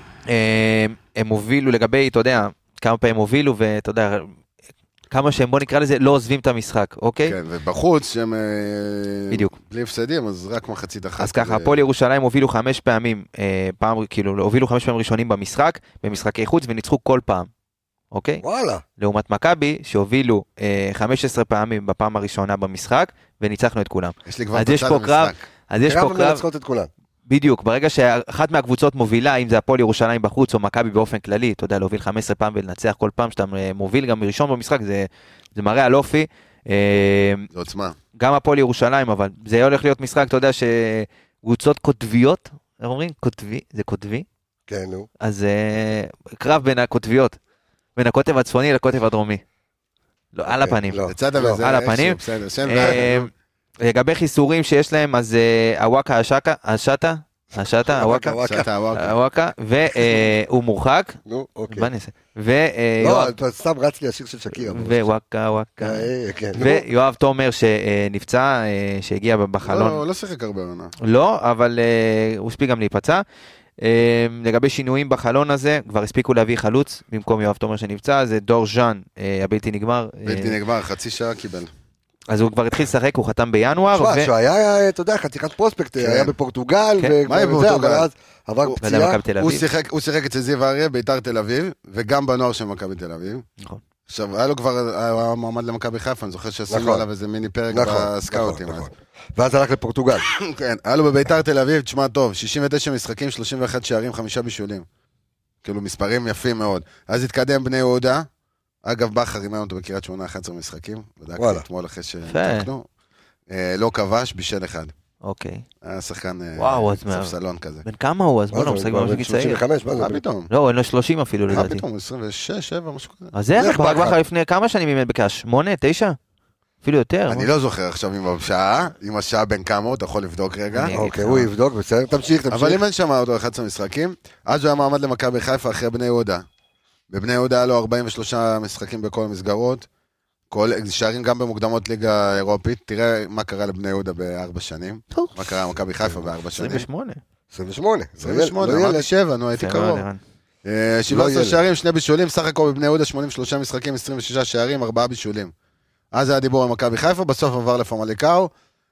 הם הובילו לגבי, אתה יודע, כמה פעמים הובילו, ואתה יודע, כמה שהם, בוא נקרא לזה, לא עוזבים את המשחק, אוקיי? כן, ובחוץ שהם בדיוק. בלי הפסדים, אז רק מחצית אחת. אז ככה, הפועל ירושלים הובילו 5 פעמים, כאילו, הובילו 5 פעמים ראשונים במשחק, במשחקי חוץ, וניצחו כל פעם, אוקיי? וואלה. לעומת מכבי, שהובילו 15 פעמים בפעם הראשונה במשחק, וניצחנו את כולם. יש לי כבר תוצאה למשחק. אז יש פה קרב. ומנצחות את כולם. בדיוק, ברגע שאחת מהקבוצות מובילה, אם זה הפועל ירושלים בחוץ או מכבי באופן כללי, אתה יודע, להוביל 15 פעם ולנצח כל פעם שאתה מוביל גם ראשון במשחק, זה מראה על אופי. זה עוצמה. גם הפועל ירושלים, אבל זה הולך להיות משחק, אתה יודע, שקבוצות קוטביות, איך אומרים? קוטבי, זה קוטבי? כן, נו. אז קרב בין הקוטביות, בין הקוטב הצפוני לקוטב הדרומי. לא, על הפנים. על הפנים. לגבי חיסורים שיש להם, אז הוואקה השטה, הוואקה, והוא מורחק. נו, אוקיי. מה נעשה? לא, אתה סתם רץ לי השיר של שקירה. ווואקה. ויואב תומר שנפצע, שהגיע בחלון. לא שיחק הרבה עונה. לא, אבל הוא הספיק גם להיפצע. לגבי שינויים בחלון הזה, כבר הספיקו להביא חלוץ, במקום יואב תומר שנפצע, זה דור ז'אן, הבלתי נגמר. בלתי נגמר, חצי שעה קיבל. אז הוא כבר התחיל לשחק, הוא חתם בינואר. תשמע, שהוא היה, אתה יודע, חתיכת פרוספקט, היה בפורטוגל, מה בפורטוגל? אז עבר פציעה. הוא שיחק אצל זיו אריה, ביתר תל אביב, וגם בנוער של מכבי תל אביב. נכון. עכשיו, היה לו כבר מועמד למכבי חיפה, אני זוכר שעשינו עליו איזה מיני פרק בסקאוטים. ואז הלך לפורטוגל. כן, היה לו בביתר תל אביב, תשמע טוב, 69 משחקים, 31 שערים, 5 בישולים. כאילו מספרים יפים מאוד. אז התקדם בני יהודה, אגב, בכר אימן אותו בקריית שמונה 11 משחקים, בדקתי אתמול אחרי שתקנו, לא כבש בישל אחד. אוקיי. היה שחקן ספסלון כזה. בן כמה הוא? אז בוא נמשחק ממש גיל צעיר. 35, מה פתאום? לא, אין לו 30 אפילו לדעתי. מה פתאום? 26, 7, משהו כזה. אז איך? ברק בכר לפני כמה שנים אימן בקש? 8, 9? אפילו יותר. אני לא זוכר עכשיו עם השעה בין כמה, אתה יכול לבדוק רגע. אוקיי, הוא יבדוק, בסדר, תמשיך. אבל אם אין שם אותו 11 משחקים, אז הוא היה מעמד למכבי חיפה אחרי בני יהודה. בבני יהודה היה לו 43 משחקים בכל המסגרות, שערים גם במוקדמות ליגה אירופית, תראה מה קרה לבני יהודה ב4 שנים, מה קרה למכבי חיפה ב4 שנים. 28, אמרתי 7, נו הייתי קרוב. 17 שערים, 2 בישולים, סך הכל בבני יהודה 83 משחקים, 26 שערים, 4 בישולים. אז היה דיבור עם מכבי חיפה, בסוף עבר לפמליקאו,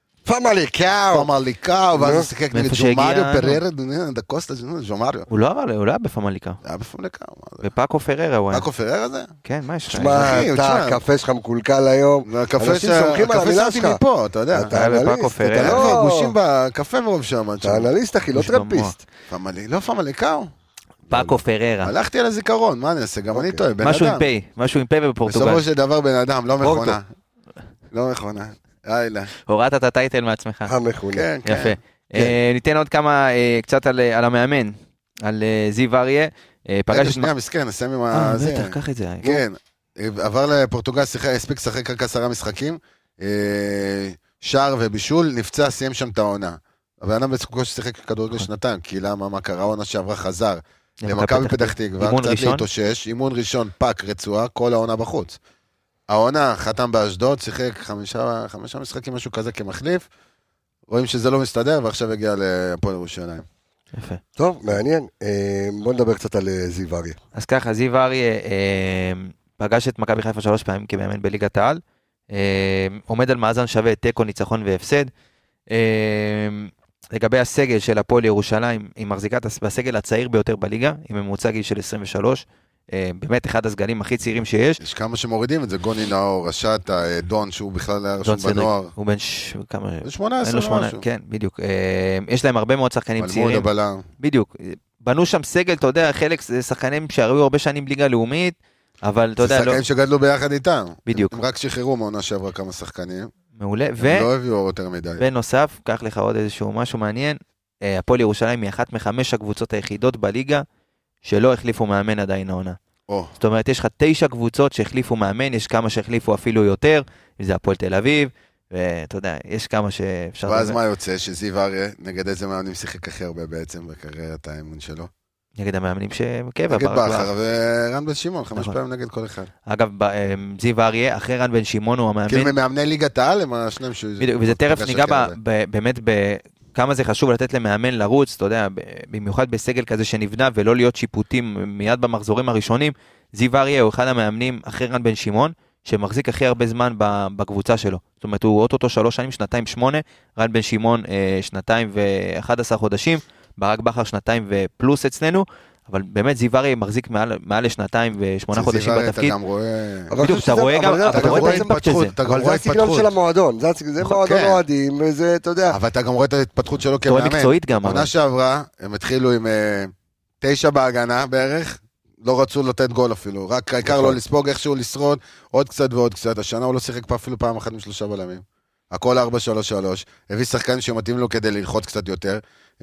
ואז הוא שיחק נגד ז'ומריו פררה, דקוסטה, ז'ומריו. הוא לא היה בפמליקאו. היה בפמליקאו. ופאקו פררה הוא היה. פאקו פררה זה? כן, מה יש לך? שמע, הקפה שלך מקולקל היום. הקפה שמתי מפה, אתה יודע. אתה אנליסט, אתה לא... גושים בקפה מרוב שם. אתה אנליסט, אחי, לא טרמפיסט. לא פמליקאו? פאקו פררה. הלכתי על הזיכרון, מה אני אעשה? גם אני טועה, בן אדם. משהו עם פה בפורטוגל. בסופו של דבר בן אדם, לא מכונה. לא מכונה. הורדת את הטייטל מעצמך. המכונה. יפה. ניתן עוד כמה, קצת על המאמן, על זיו אריה. שנייה, מסכן, נסיים עם זה. בטח, קח את זה. כן, עבר לפורטוגל, הספיק לשחק רק 10 משחקים, שער ובישול, נפצע, סיים שם את העונה. אבל אדם בצחוקו ששיחק כדורגל שנתיים, כי למה, מה קרה, העונה שעברה חזר למכבי פתח תקווה, קצת להתאושש, אימון ראשון, פאק, רצועה, כל העונה בחוץ. העונה חתם באשדוד, שיחק 5 משחקים, משהו כזה כמחליף, רואים שזה לא מסתדר, ועכשיו הגיע להפועל ירושלים. יפה. טוב, מעניין. בוא נדבר קצת על זיו אריה. אז ככה, זיו אריה פגש את מכבי חיפה 3 פעמים כמאמן בליגת העל, עומד על מאזן שווה תיקו, ניצחון והפסד. לגבי הסגל של הפועל ירושלים, היא מחזיקה בסגל הצעיר ביותר בליגה, עם ממוצע גיל של 23, באמת אחד הסגלים הכי צעירים שיש. יש כמה שמורידים את זה, גוני נאור, רשטה, דון, שהוא בכלל היה רשום בנוער. הוא בן כמה? 18 משהו. כן, בדיוק. יש להם הרבה מאוד שחקנים צעירים. מלמוד הבלם. בדיוק. בנו שם סגל, אתה יודע, חלק זה שחקנים שהיו הרבה שנים בליגה לאומית, אבל אתה יודע, זה שחקנים שגדלו ביחד איתם. בדיוק. הם רק שחררו מעונה שעברה כמה שחקנים. מעולה. הם לא הביאו יותר מדי. בנוסף, קח לך עוד איזשהו משהו מעניין, הפועל ירושלים היא אחת מ5 הקבוצות היחידות בליגה שלא החליפו מאמן עדיין העונה. זאת אומרת, יש לך 9 קבוצות שהחליפו מאמן, יש כמה שהחליפו אפילו יותר, זה הפועל תל אביב, ואתה יודע, יש כמה שאפשר... ואז מה יוצא? שזיו אריה, נגד איזה מאמנים שיחק הכי הרבה בעצם בקריירת האמון שלו? נגד המאמנים שקבע. נגד בכר ורן בן שמעון, 5 פעמים נגד כל אחד. אגב, זיו אריה, אחרי רן בן שמעון הוא המאמן... כאילו ממאמני ליגת העל, הם השניים שהוא... וזה תרף ניגע באמת כמה זה חשוב לתת למאמן לרוץ, אתה יודע, במיוחד בסגל כזה שנבנה, ולא להיות שיפוטים מיד במחזורים הראשונים. זיו אריה הוא אחד המאמנים אחרי רן בן שמעון, שמחזיק הכי הרבה זמן בקבוצה שלו. זאת אומרת, הוא אוטוטו 3 שנים, 2.8, רן בן שמעון 2.11 חודשים, ברק בכר 2 ופלוס אצלנו, אבל באמת זיו אריה מחזיק מעל 2.8 חודשים בתפקיד. בדיוק, אתה רואה גם, אתה רואה את האימפקט הזה. אבל זה הסגנון של המועדון, זה מועדון אוהדים, וזה, אתה יודע. אבל אתה גם רואה את ההתפתחות שלו כמאמן. מקצועית גם. עונה שעברה, הם התחילו עם 9 בהגנה בערך, לא רצו לתת גול אפילו, רק העיקר לא לספוג, איכשהו לשרוד, עוד קצת ועוד קצת. השנה הוא לא שיחק פה אפילו פעם אחת מ3 בלמים. הכל 4-3-3, הביא שחקנים שמתאים לו כדי ללחוץ קצת יותר.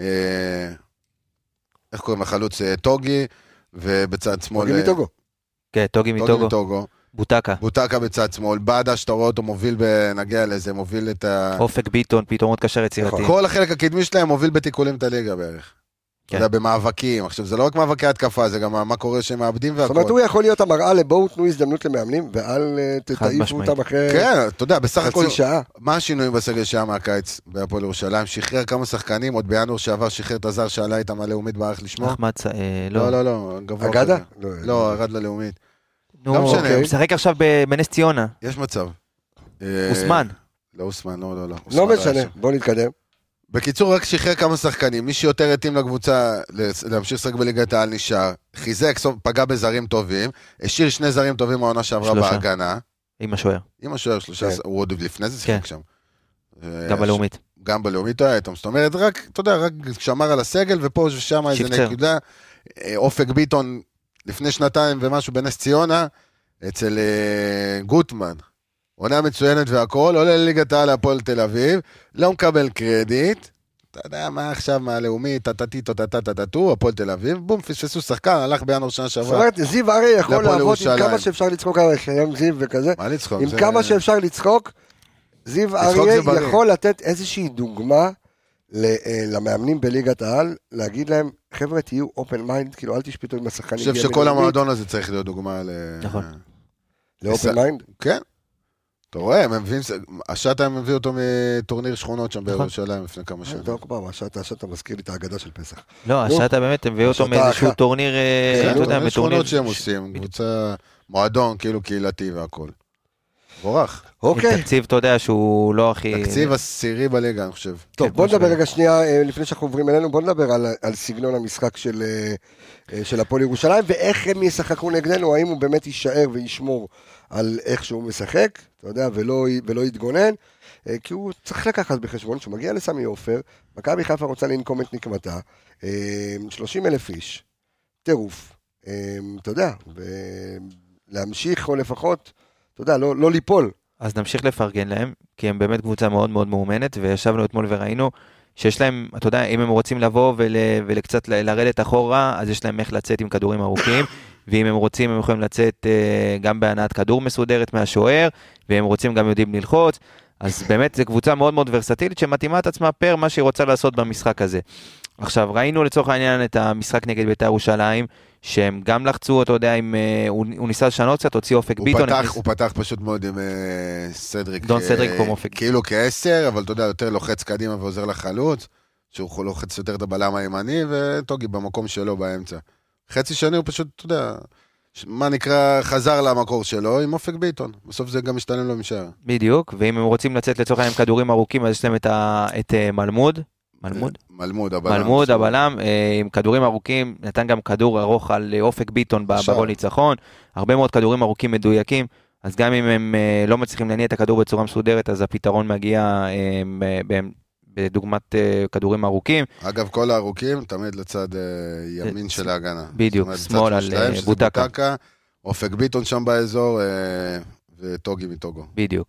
איך קוראים לחלוץ? טוגי, ובצד שמאל... טוגי מטוגו. כן, טוגי מטוגו. בוטקה בצד שמאל, בדה שאתה רואה אותו מוביל, נגיע לזה, מוביל את ה... אופק ביטון, פתאום עוד קשר יצירתי. כל החלק הקדמי שלהם מוביל בתיקולים את הליגה בערך. אתה יודע, במאבקים. עכשיו, זה לא רק מאבקי התקפה, זה גם מה קורה שהם מאבדים והכל. זאת אומרת, הוא יכול להיות המראה לבואו תנו הזדמנות למאמנים, ואל תתעיפו אותם אחרי... כן, אתה יודע, בסך הכל... חצי שעה. מה השינויים בסגל שעה מהקיץ בהפועל ירושלים? שחרר כמה שחקנים, עוד בינואר שעבר שחרר את הזר שעלה איתם הלאומית בערך לשמוע? לא, גבוה. אגדה? לא, ירד ללאומית. לא משנה. הוא משחק עכשיו בנס ציונה. יש מצב. אוסמן. לא אוסמן, לא. לא משנה, בוא נתקדם. בקיצור, רק שחרר כמה שחקנים, מי שיותר התאים לקבוצה להמשיך לשחק בליגת העל נשאר, חיזק, פגע בזרים טובים, השאיר 2 זרים טובים מהעונה שעברה בהגנה. עם השוער. 3, הוא עוד לפני זה שיחק שם. גם בלאומית. גם בלאומית היה איתם, זאת אומרת, רק, אתה יודע, רק שמר על הסגל, ופה ושם איזה נקודה, אופק ביטון, לפני 2 ומשהו בנס ציונה, אצל גוטמן. עונה מצוינת והכל, עולה לליגת העל להפועל תל אביב, לא מקבל קרדיט, אתה יודע מה עכשיו מהלאומית, טטטו, הפועל תל אביב, בום, פספסו שחקן, הלך בינואר שנה שעברה. זאת אומרת, זיו אריה יכול לעבוד עם כמה שאפשר לצחוק על החיים זיו וכזה, עם כמה שאפשר לצחוק, זיו אריה יכול לתת איזושהי דוגמה למאמנים בליגת העל, להגיד להם, חבר'ה תהיו אופן מיינד, כאילו אל תשפטו עם השחקנים. אני חושב שכל המועדון הזה צריך להיות דוגמה לאופן מיינד? כן. אתה רואה, השעת הם הביאו אותו מטורניר שכונות שם בירושלים לפני כמה שנים. השעת מזכיר לי את האגדה של פסח. לא, השעת באמת הביאו אותו מאיזשהו טורניר, אתה יודע, מטורניר שכונות שהם עושים, קבוצה מועדון כאילו קהילתי והכל. בורח. אוקיי. תקציב, אתה יודע, שהוא לא הכי... תקציב עשירי בליגה, אני חושב. טוב, בוא נדבר רגע שנייה, לפני שאנחנו עוברים אלינו, בוא נדבר על סגנון המשחק של הפועל ירושלים, ואיך הם ישחקו נגדנו, האם הוא באמת יישאר וישמור על איך שהוא משחק, אתה יודע, ולא יתגונן, כי הוא צריך לקחת בחשבון, שהוא מגיע לסמי עופר, מכבי חיפה רוצה לנקום את נקמתה, 30,000 איש, טירוף, אתה יודע, ולהמשיך או לפחות, אתה יודע, לא ליפול. אז נמשיך לפרגן להם, כי הם באמת קבוצה מאוד מאוד מאומנת, וישבנו אתמול וראינו שיש להם, אתה יודע, אם הם רוצים לבוא ולקצת לרדת אחורה, אז יש להם איך לצאת עם כדורים ארוכים, ואם הם רוצים, הם יכולים לצאת גם בהנעת כדור מסודרת מהשוער, והם רוצים גם יודעים ללחוץ, אז באמת זו קבוצה מאוד מאוד ורסטילית, שמתאימה את עצמה פר מה שהיא רוצה לעשות במשחק הזה. עכשיו, ראינו לצורך העניין את המשחק נגד בית"ר ירושלים, שהם גם לחצו, אתה יודע, הוא ניסה לשנות קצת, הוציא אופק ביטון. הוא פתח פשוט מאוד עם סדריק. דון סדריק פה מאופק. כאילו כ10, אבל אתה יודע, יותר לוחץ קדימה ועוזר לחלוץ, שהוא לוחץ יותר את הבלם הימני, וטוגי במקום שלו באמצע. חצי שני הוא פשוט, אתה יודע, מה נקרא, חזר למקור שלו עם אופק ביטון. בסוף זה גם משתלם לו משאר. בדיוק, ואם הם רוצים לצאת לצורך העניין כדורים ארוכים, אז יש להם את מלמוד. מלמוד, הבלם, עם כדורים ארוכים, נתן גם כדור ארוך על אופק ביטון בגול ניצחון, הרבה מאוד כדורים ארוכים מדויקים, אז גם אם הם לא מצליחים להניע את הכדור בצורה מסודרת, אז הפתרון מגיע בדוגמת כדורים ארוכים. אגב, כל הארוכים תמיד לצד ימין של ההגנה. בדיוק, שמאל על בוטקה. אופק ביטון שם באזור, וטוגי מטוגו. בדיוק.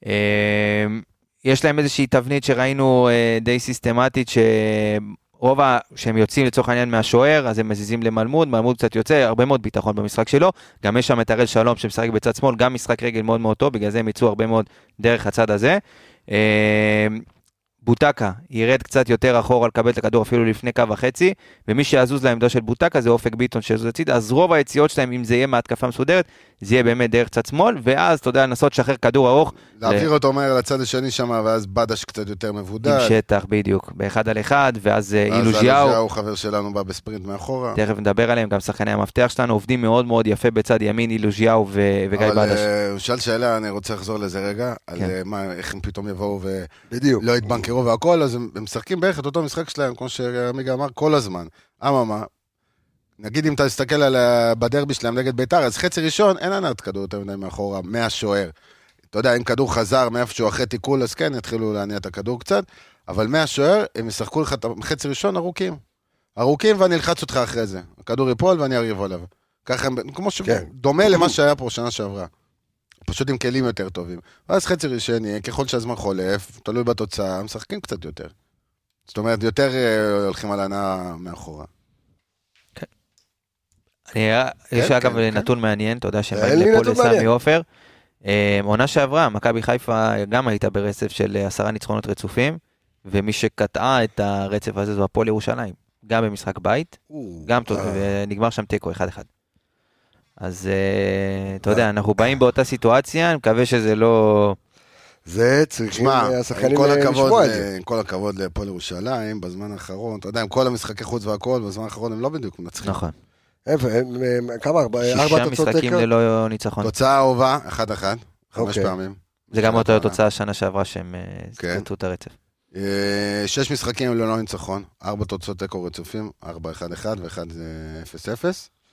יש להם איזושהי תבנית שראינו די סיסטמטית, שרוב שהם יוצאים לצורך העניין מהשוער, אז הם מזיזים למלמוד, מלמוד קצת יוצא, הרבה מאוד ביטחון במשחק שלו, גם יש שם את הראל שלום שמשחק בצד שמאל, גם משחק רגל מאוד מאוד טוב, בגלל זה הם יצאו הרבה מאוד דרך הצד הזה. בוטקה ירד קצת יותר אחורה לקבל את הכדור אפילו לפני קו החצי, ומי שיעזוז לעמדה של בוטקה זה אופק ביטון שיזוז הצידה, אז רוב היציאות שלהם, אם זה יהיה מהתקפה מסודרת, זה יהיה באמת דרך צד שמאל, ואז אתה יודע לנסות לשחרר כדור ארוך. להעביר אותו מהר לצד השני שם, ואז בדש קצת יותר מבודד. עם שטח בדיוק, באחד על אחד, ואז אילו ז'יאו. ז'יאו, חבר שלנו בא בספרינט מאחורה. תכף נדבר עליהם, גם שחקני המפתח שלנו, עובדים מאוד מאוד יפה בצד ימין, אילו ז'יאו וגיא בדש. הוא שאל שאלה, אני רוצה לחזור לזה רגע, על איך הם פתאום יבואו ולא יתבנקרו והכל, אז הם משחקים בערך את אותו משחק שלהם, כמו שעמיגה אמר, כל הזמן. אממה, נגיד אם אתה תסתכל על בדרבי שלהם נגד ביתר, אז חצי ראשון אין ענת כדור יותר מדי מאחורה, מהשוער. אתה יודע, אם כדור חזר מאיפשהו אחרי תיקול, אז כן, התחילו להניע את הכדור קצת, אבל מהשוער הם ישחקו לך חצי ראשון ארוכים. ארוכים ואני אלחץ אותך אחרי זה. הכדור ייפול ואני אריב עליו. ככה הם, כמו שדומה למה שהיה פה שנה שעברה. פשוט עם כלים יותר טובים. ואז חצי ראשוני, ככל שהזמן חולף, תלוי בתוצאה, משחקים קצת יותר. זאת אומרת, יותר הולכים על הנאה מאחורה. יש אגב נתון מעניין, אתה יודע שהם באים לפה לסמי עופר. עונה שעברה, מכבי חיפה גם הייתה ברצף של 10 ניצחונות רצופים, ומי שקטעה את הרצף הזה זו הפועל ירושלים. גם במשחק בית, גם נגמר שם תיקו 1-1. אז אתה יודע, אנחנו באים באותה סיטואציה, אני מקווה שזה לא... זה צריכים השחקנים לשמוע את זה. עם כל הכבוד להפועל ירושלים, בזמן האחרון, אתה יודע, עם כל המשחקי חוץ והכל, בזמן האחרון הם לא בדיוק מנצחים. נכון. כמה? 4 6 משחקים ללא ניצחון. תוצאה אהובה, 1-1, 5 פעמים. זה גם אותה תוצאה שנה שעברה שהם קטעו את הרצף. 6 משחקים ללא ניצחון, 4 תוצאות תיקו רצופים, 4-1-1 ו-1-0-0.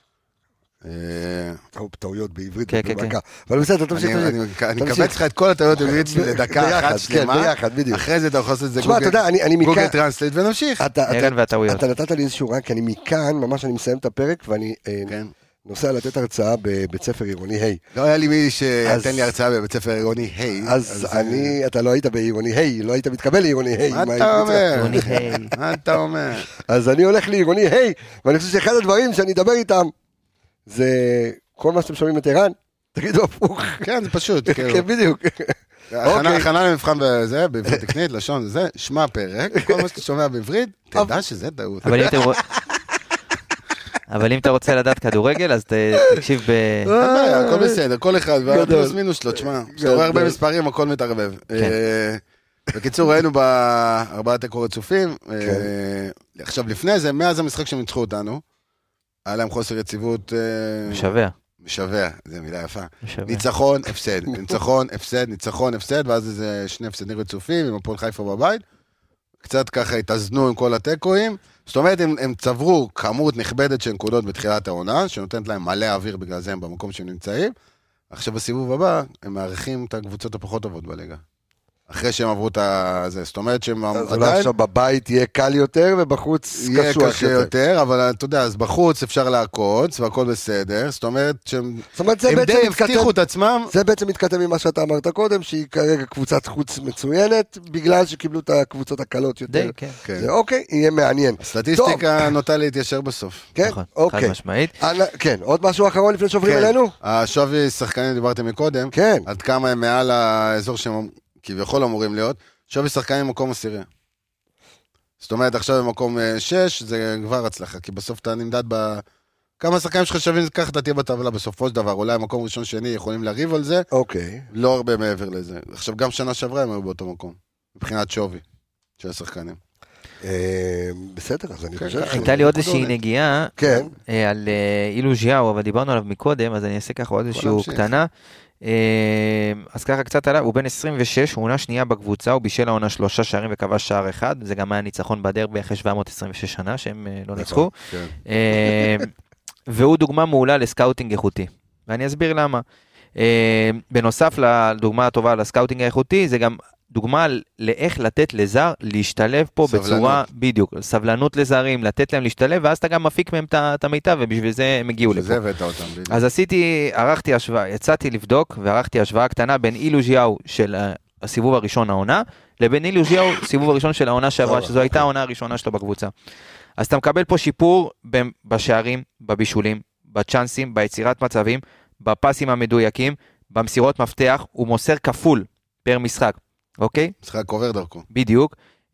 טעויות בעברית, כן, כן. אבל בסדר, תמשיך. אני מקבץ לך את כל הטעויות בעברית לדקה אחת שלמה, אחרי זה אתה יכול לעשות את זה גוגל טרנסלייט ונמשיך. אתה נתת לי איזשהו רעיון, כי אני מכאן, ממש אני מסיים את הפרק, ואני נוסע לתת הרצאה בבית ספר עירוני היי. לא היה לי מי שיתן לי הרצאה בבית ספר עירוני היי. אז אתה לא היית בעירוני היי, לא היית מתקבל לעירוני היי. מה אתה אומר? אז אני הולך לעירוני היי, ואני חושב שאחד הדברים שאני אדבר איתם, זה כל מה שאתם שומעים את ערן, תגידו הפוך. כן, זה פשוט. כן, בדיוק. הכנה למבחן בזה, בעברית תקנית, לשון זה, שמע פרק, כל מה שאתה שומע בעברית, תדע שזה טעות. אבל אם אתה רוצה לדעת כדורגל, אז תקשיב ב... הכל בסדר, כל אחד, והפלוס מינוס שלו, תשמע, כשאתה רואה הרבה מספרים, הכל מתערבב. בקיצור, ראינו ב4 תיקו רצופים, עכשיו לפני זה, מאז המשחק שהם ניצחו אותנו, היה להם חוסר יציבות... משווע, זו מילה יפה. ניצחון, הפסד, ניצחון, הפסד, ניצחון, הפסד, ואז איזה 2 הפסדים רצופים, עם הפועל חיפה בבית. קצת ככה התאזנו עם כל הטקואים. זאת אומרת, הם צברו כמות נכבדת של נקודות בתחילת העונה, שנותנת להם מלא אוויר בגלל זה הם במקום שהם נמצאים. עכשיו בסיבוב הבא, הם מעריכים את הקבוצות הפחות טובות בליגה. אחרי שהם עברו את זה, זאת אומרת שהם אז אולי עכשיו בבית יהיה קל יותר, ובחוץ יהיה קשה יותר, אבל אתה יודע, אז בחוץ אפשר לעקוץ, והכל בסדר, זאת אומרת שהם די הבטיחו את עצמם. זה בעצם מתכתב עם מה שאתה אמרת קודם, שהיא כרגע קבוצת חוץ מצוינת, בגלל שקיבלו את הקבוצות הקלות יותר. זה אוקיי, יהיה מעניין. הסטטיסטיקה נוטה להתיישר בסוף. כן, אוקיי. חד משמעית. כן, עוד משהו אחרון לפני שעוברים אלינו? השווי שחקנים דיברתם מקודם, עד כמה הם מעל האזור שהם כביכול אמורים להיות, שווי שחקנים במקום 10. זאת אומרת, עכשיו במקום 6, זה כבר הצלחה, כי בסוף אתה נמדד כמה שחקנים שחשבים ככה אתה תהיה בטבלה בסופו של דבר, אולי מקום ראשון שני יכולים להריב על זה, אוקיי. לא הרבה מעבר לזה. עכשיו גם שנה שעברה הם היו באותו מקום, מבחינת שווי של השחקנים. בסדר, אז אני חושב... הייתה לי עוד איזושהי נגיעה כן. על אילו ז'יאו, אבל דיברנו עליו מקודם, אז אני אעשה ככה עוד איזשהו קטנה. אז ככה קצת עליו, הוא בן 26, הוא עונה שנייה בקבוצה, הוא בישל העונה 3 שערים וכבש שער אחד, זה גם היה ניצחון בדרבי אחרי 726 שנה שהם לא ניצחו, והוא דוגמה מעולה לסקאוטינג איכותי, ואני אסביר למה. בנוסף לדוגמה הטובה לסקאוטינג האיכותי, זה גם דוגמה לאיך לתת לזר להשתלב פה בצורה, בדיוק, סבלנות לזרים, לתת להם להשתלב, ואז אתה גם מפיק מהם את המיטב, ובשביל זה הם הגיעו לפה. אז ערכתי השוואה, יצאתי לבדוק, וערכתי השוואה קטנה בין אילו ז'יאו של הסיבוב הראשון העונה, לבין אילו ז'יאו סיבוב הראשון של העונה שעברה, שזו הייתה העונה הראשונה שלו בקבוצה. אז אתה מקבל פה שיפור בשערים, בבישולים, בצ'אנסים, ביצירת מצבים, בפסים המדויקים, במסירות מפתח, הוא מוסר כפול פר משחק. אוקיי? משחק עובר דרכו. בדיוק.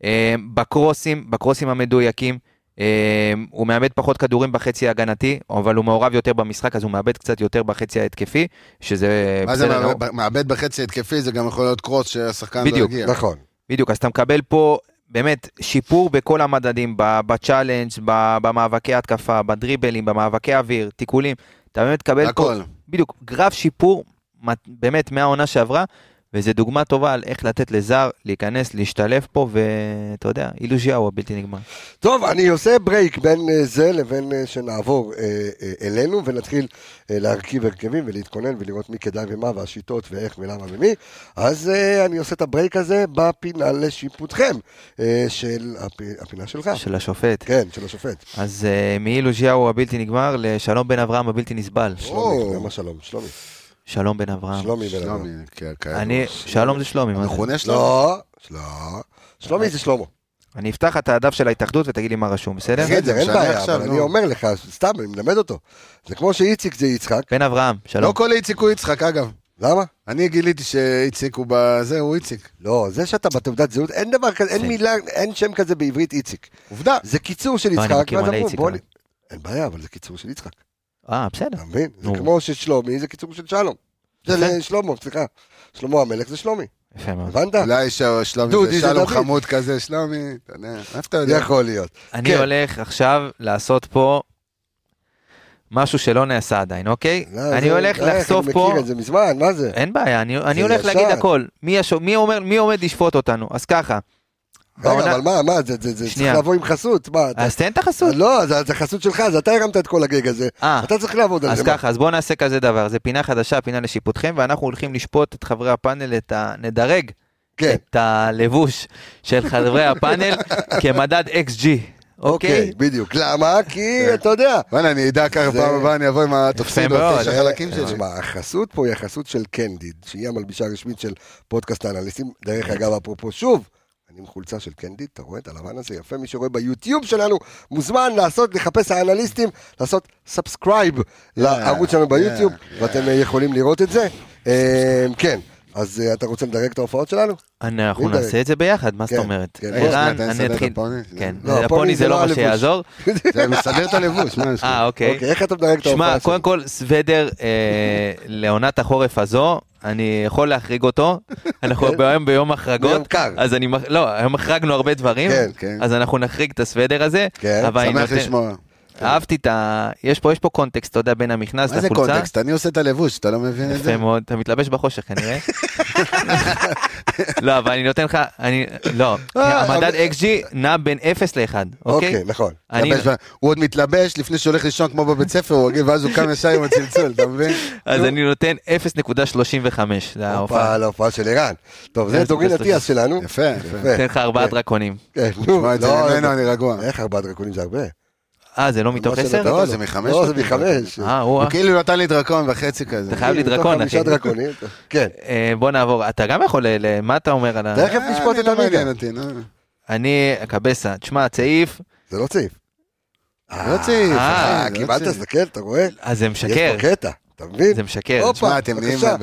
בקרוסים המדויקים, הוא מאבד פחות כדורים בחצי ההגנתי, אבל הוא מעורב יותר במשחק, אז הוא מאבד קצת יותר בחצי ההתקפי, שזה... מה זה מאבד בחצי ההתקפי? זה גם יכול להיות קרוס שהשחקן לא יגיע. נכון. בדיוק, אז אתה מקבל פה באמת שיפור בכל המדדים, בצ'אלנג', במאבקי התקפה, בדריבלים, במאבקי אוויר, תיקולים, אתה באמת מקבל פה... בדיוק, גרף שיפור, באמת מהעונה שעברה, וזה דוגמה טובה על איך לתת לזר להיכנס, להשתלב פה, ואתה יודע, אילו ז'יאו הבלתי נגמר. טוב, אני עושה ברייק בין זה לבין שנעבור אלינו, ונתחיל להרכיב הרכבים ולהתכונן ולראות מי כדאי ומה, והשיטות ואיך ולמה ומי. אז אני עושה את הברייק הזה בפינה לשיפוטכם, של הפינה שלך. של השופט. כן, של השופט. אז מאילו ז'יאו הבלתי נגמר, לשלום בן אברהם הבלתי נסבל. שלומי, למה שלום? שלומי. שלום בן אברהם. שלומי בן אברהם. שלום זה שלומי. מכונה שלומי? לא. שלומי זה שלמה. אני אפתח את הדף של ההתאחדות ותגיד לי מה רשום, בסדר? בסדר, אין בעיה, אבל אני אומר לך, סתם, אני מלמד אותו. זה כמו שאיציק זה יצחק. בן אברהם, שלום. לא כל איציק הוא יצחק, אגב. למה? אני גיליתי שאיציק הוא בזה, הוא איציק. לא, זה שאתה בתעודת זהות, אין דבר כזה, אין מילה, אין שם כזה בעברית איציק. עובדה. זה קיצור של יצחק. אין בעיה, אבל זה קיצור של יצחק. בסדר. אתה מבין? זה כמו ששלומי, זה קיצור של שלום. זה שלמה, סליחה. שלמה המלך זה שלומי. יפה מאוד. הבנת? אולי שלומי זה שלום חמוד כזה, שלומי, אתה יודע, איפה אתה יודע? יכול להיות. אני הולך עכשיו לעשות פה משהו שלא נעשה עדיין, אוקיי? אני הולך לחשוף פה... אני מכיר את זה מזמן, מה זה? אין בעיה, אני הולך להגיד הכל. מי עומד לשפוט אותנו? אז ככה. רגע, אבל מה, זה צריך לבוא עם חסות, מה? אז תן את החסות. לא, זה חסות שלך, אז אתה הרמת את כל הגג הזה. אתה צריך לעבוד על זה. אז ככה, אז בואו נעשה כזה דבר, זה פינה חדשה, פינה לשיפוטכם, ואנחנו הולכים לשפוט את חברי הפאנל, נדרג את הלבוש של חברי הפאנל כמדד XG. אוקיי, בדיוק. למה? כי אתה יודע. ואני, אני אדע ככה פעם הבאה, אני אבוא עם התופסים של החלקים שלי. החסות פה היא החסות של קנדיד, שהיא המלבישה הרשמית של פודקאסט האנליסטים. דרך אגב, אפרופו שוב, אני עם חולצה של קנדיד, אתה רואה את הלבן הזה יפה, מי שרואה ביוטיוב שלנו מוזמן לחפש האנליסטים, לעשות סאבסקרייב לערוץ שלנו ביוטיוב, ואתם יכולים לראות את זה. כן, אז אתה רוצה לדרג את ההופעות שלנו? אנחנו נעשה את זה ביחד, מה זאת אומרת? ערן, אני אתחיל. כן, הפוני זה לא מה שיעזור. זה מסדר את הלבוש. אוקיי. איך אתה מדרג את ההופעה שלנו? שמע, קודם כל, סוודר לעונת החורף הזו, אני יכול להחריג אותו, אנחנו ביום החרגות, אז לא, היום החרגנו הרבה דברים, אז אנחנו נחריג את הסוודר הזה, שמח לשמוע. אהבתי יש פה קונטקסט, אתה יודע, בין המכנס לחולצה. מה זה קונטקסט? אני עושה את הלבוש, אתה לא מבין את זה? יפה מאוד, אתה מתלבש בחושך כנראה. לא, אבל אני נותן לך, לא, המדד XG נע בין 0 ל-1, אוקיי? אוקיי, נכון. הוא עוד מתלבש לפני שהולך לישון כמו בבית ספר, ואז הוא קם ישר עם הצלצול, אתה מבין? אז אני נותן 0.35 להופעה. להופעה של ערן. טוב, זה דורין אטיאס שלנו. יפה, יפה. נותן לך 4 דרקונים. תשמע את זה ממנו, אני רגוע. איך 4 דרקונים זה הרבה? זה לא מתוך 10? לא, זה מ5. לא, זה מ5. הוא כאילו נתן לי דרקון וחצי כזה. אתה חייב לי דרקון, אחי. 5 דרקונים. כן. בוא נעבור. אתה גם יכול, מה אתה אומר על ה... תכף נשפוט את המידע. אני, קבסה, תשמע, צעיף. זה לא צעיף. לא צעיף. קיבלת, תסתכל, אתה רואה? אז זה משקר. יש פה קטע, אתה מבין? זה משקר. תשמע, אתם נהיים...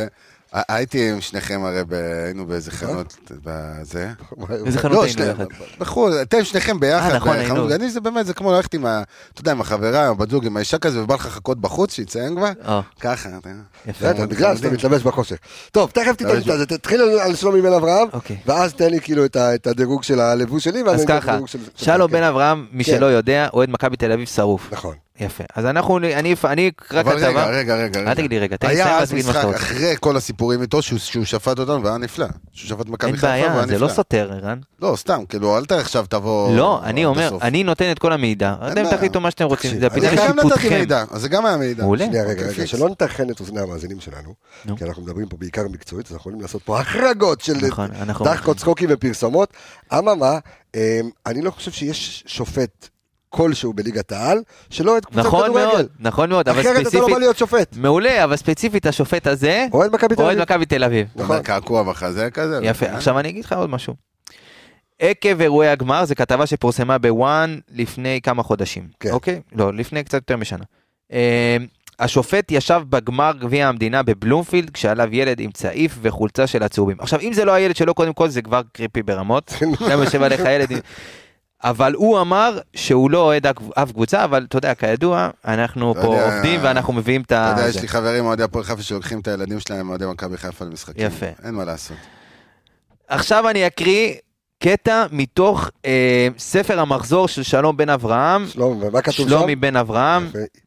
הייתי עם שניכם הרי, היינו באיזה חנות, בזה. איזה חנות היינו יחד? בחו"ל, אתם שניכם ביחד, נכון, היינו. זה באמת, זה כמו ללכת עם אתה יודע, עם החברה, עם בזוג, עם האישה כזה, ובא לך חכות בחוץ, שיציין כבר, ככה. יפה. בגלל שאתה מתלבש בחושך. טוב, תכף תתחיל על שלומי בן אברהם, ואז תן לי כאילו את הדירוג של הלבוש שלי, אז ככה, שלום בן אברהם, מי שלא יודע, אוהד מכבי תל אביב שרוף. נכון. יפה. אז אני אקרא כתבה. רגע. אל תגיד לי רגע, תן לי היה אז להגיד מה שאתה משחק רוצה. אחרי כל הסיפורים איתו, שהוא שפט אותנו והיה נפלא. שהוא שפט מכבי אין חיפה והיה נפלא. בעיה, זה לא סותר, ערן. לא, סתם, כאילו, אל עכשיו תבוא... לא, אני אומר, אני נותן את כל המידע. אתם תחליטו מה שאתם רוצים. זה הפינה אני גם נתתי לשיפוטכם. מידע, אז זה גם היה מידע. מעולה. שנייה, רגע, שלא נתרחן את אוזני המאזינים שלנו, כי אנחנו מדברים פה בעיקר מקצועית, אז אנחנו יכולים לעשות פה החרגות של דחקות, צחוקים ופרסומות. אממה, אני לא חושב שיש שופט כלשהו בליגת העל, שלא אוהד קבוצת כדורגל. נכון מאוד, אבל אחרת אתה לא בא להיות שופט. מעולה, אבל ספציפית השופט הזה, אוהד מכבי תל אביב. נכון. קעקוע בחזה כזה. יפה, עכשיו אני אגיד לך עוד משהו. עקב אירועי הגמר, זו כתבה שפורסמה בוואן לפני כמה חודשים, אוקיי? לא, לפני קצת יותר משנה. השופט ישב בגמר גביע המדינה בבלומפילד, כשעליו ילד עם צעיף וחולצה של הצהובים. עכשיו, אם זה לא הילד שלו, קודם כל זה כבר קריפי ברמות. גם יושב עליך ילד עם... אבל הוא אמר שהוא לא אוהד אף קבוצה, אבל אתה יודע, כידוע, אנחנו פה עובדים ואנחנו מביאים את ה... אתה יודע, יש לי חברים אוהדי הפועל חיפה שלוקחים את הילדים שלהם אוהדי מכבי חיפה למשחקים. יפה. אין מה לעשות. עכשיו אני אקריא קטע מתוך ספר המחזור של שלום בן אברהם. שלומי בן אברהם.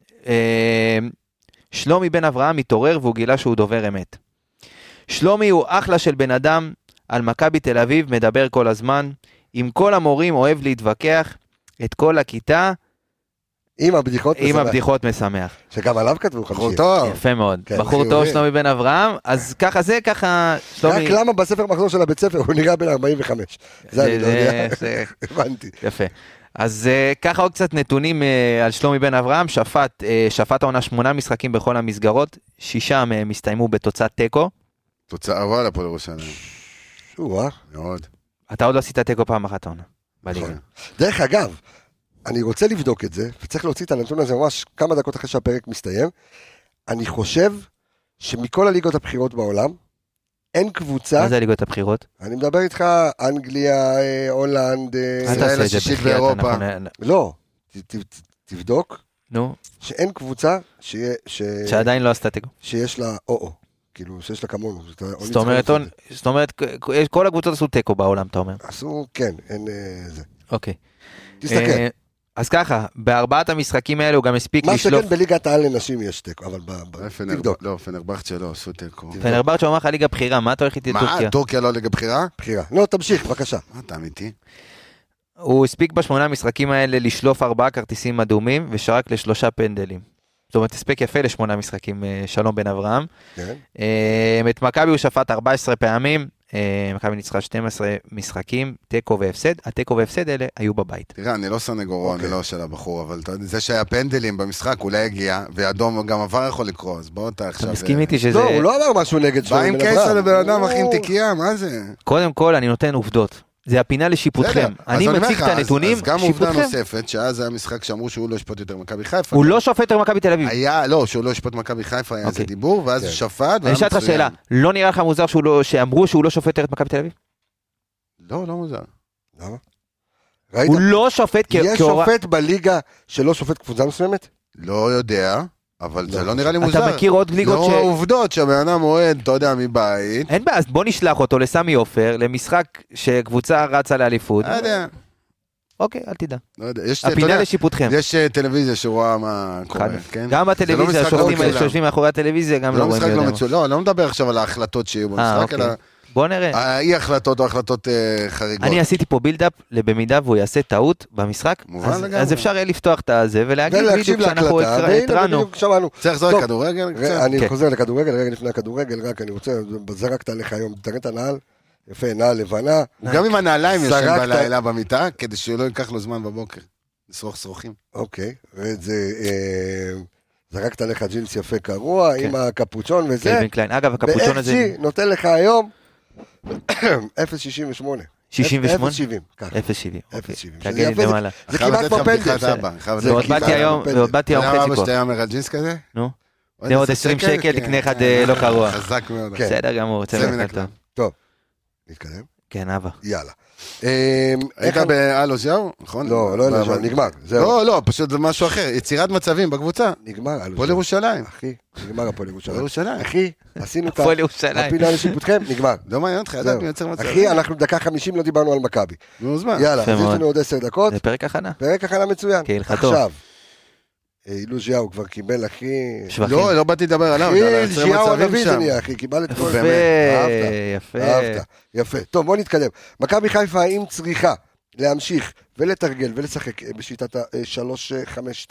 שלומי בן אברהם מתעורר והוא גילה שהוא דובר אמת. שלומי הוא אחלה של בן אדם, על מכבי תל אביב מדבר כל הזמן, עם כל המורים אוהב להתווכח, את כל הכיתה, עם הבדיחות משמח. שגם עליו כתבו בחור טוב. יפה מאוד. בחור טוב שלומי בן אברהם, אז ככה זה, ככה שלומי... רק למה בספר מחזור של הבית ספר הוא נראה בן 45. זה אני לא יודע. הבנתי. יפה. אז ככה עוד קצת נתונים על שלומי בן אברהם, שפט העונה 8 משחקים בכל המסגרות, 6 מהם הסתיימו בתוצאת תיקו. תוצאה אבל הפועל ירושלים. מאוד. אתה עוד לא עשית תיקו פעם אחת העונה. דרך אגב, אני רוצה לבדוק את זה, וצריך להוציא את הנתון הזה ממש כמה דקות אחרי שהפרק מסתיים. אני חושב שמכל הליגות הבחירות בעולם, אין קבוצה... מה זה הליגות הבחירות? אני מדבר איתך, אנגליה, הולנד... ישראל השישית באירופה. לא, תבדוק. נו. שאין קבוצה שעדיין לא עשתה תיקו. שיש לה או-או. כאילו, שיש לה כמונו. זאת אומרת, כל הקבוצות עשו תיקו בעולם, אתה אומר. עשו, כן, אין זה. אוקיי. תסתכל. אז ככה, בארבעת המשחקים האלה הוא גם הספיק לשלוף... מה שכן בליגת העל לנשים יש תיקו, אבל תבדוק. לא, פנרבכט שלא עשו תיקו. פנרבכט שאומר לך ליגה בחירה, מה אתה הולך איתי לטורקיה? מה, טורקיה לא ליגה בחירה? בחירה. לא, תמשיך, בבקשה. אתה אמיתי? הוא הספיק בשמונה המשחקים האלה לשלוף 4 כרטיסים אדומים ושרק ל3 פנדלים. זאת אומרת, הספק יפה ל8 משחקים שלום בן אברהם. את מכבי הוא שפט 14 פעמים, מכבי ניצחה 12 משחקים, תיקו והפסד. התיקו והפסד האלה היו בבית. תראה, אני לא סנגורו, אני לא של הבחור, אבל זה שהיה פנדלים במשחק, אולי הגיע, ואדום גם עבר יכול לקרוא, אז בוא אתה עכשיו... אתה מסכים איתי שזה... לא, הוא לא אמר משהו נגד שלום בן אברהם. בא עם קייסה לבן אדם, אחים תיקייה, מה זה? קודם כל, אני נותן עובדות. זה הפינה לשיפוטכם. אני מציג את הנתונים, שיפוטכם. אז גם עובדה נוספת, שאז היה משחק שאמרו שהוא לא ישפוט יותר מכבי חיפה. הוא לא שופט יותר מכבי תל אביב. היה, לא, שהוא לא ישפוט מכבי חיפה, היה איזה דיבור, ואז הוא שפט. אני אשאל אותך שאלה, לא נראה לך מוזר שאמרו שהוא לא שופט יותר את מכבי תל אביב? לא, לא מוזר. למה? הוא לא שופט יש שופט בליגה שלא שופט קבוצה מסוימת? לא יודע. אבל זה לא נראה לי מוזר. אתה מכיר עוד ליגות לא העובדות שהבן אדם מועד, אתה יודע, מבית. אין בעיה, אז בוא נשלח אותו לסמי עופר, למשחק שקבוצה רצה לאליפות. לא יודע. אוקיי, אל תדע. לא יודע. הפינה לשיפוטכם. יש טלוויזיה שרואה מה קורה, כן? גם בטלוויזיה, השופטים האלה שיושבים מאחורי הטלוויזיה, גם לא רואים יודע. לא, לא מדבר עכשיו על ההחלטות שיהיו במשחק, אלא... בוא נראה. אי החלטות או החלטות חריגות. אני עשיתי פה בילדאפ, במידה והוא יעשה טעות במשחק, אז אפשר יהיה לפתוח את הזה ולהגיד בדיוק שאנחנו התרענו. צריך לחזור לכדורגל? אני חוזר לכדורגל, רגע לפני הכדורגל, רק אני רוצה, זרקת עליך היום, תראה את הנעל, יפה, נעל לבנה. גם עם הנעליים ישן בלילה במיטה, כדי שהוא לא ייקח לו זמן בבוקר. לשרוך שרוכים. אוקיי, וזה... זרקת לך ג'ינס יפה קרוע, עם הקפוצ'ון וזה. אגב, הקפוצ'ון הזה... ו-FG נותן לך היום 0.68. 68? 0.70. 0.70. תגיד למעלה. זה כמעט כמו פנדל. ועוד באתי היום חצי אבא שלי היה אומר על ג'ינס כזה? נו. זה עוד 20 שקל, תקנה אחד לא קרוע. חזק מאוד. בסדר גמור, זה מן הכלל. טוב, נתקדם. כן, אבא. יאללה. היית באלוס יאו? נכון? לא, נגמר. לא, פשוט זה משהו אחר. יצירת מצבים בקבוצה. נגמר. הפועל ירושלים. אחי, נגמר הפועל ירושלים. אחי, עשינו את הפועל ירושלים. הפינה לשיפוטכם, נגמר. לא מעניין אותך, ידעת מי יוצר מצבים. אחי, אנחנו דקה 50 לא דיברנו על מכבי. נו, זמן. יאללה, אז יש לנו עוד 10 דקות. זה פרק הכנה. פרק הכנה מצוין. כהלכתו. עכשיו. אילוז ז'יאו כבר קיבל, אחי... שבחים. לא באתי לדבר עליו. אחי, ז'יאו הנביא זה נהיה, אחי, קיבל את כל... יפה. אהבת, יפה. טוב, בוא נתקדם. מכבי חיפה, האם צריכה להמשיך ולתרגל ולשחק בשיטת ה-3-5-2,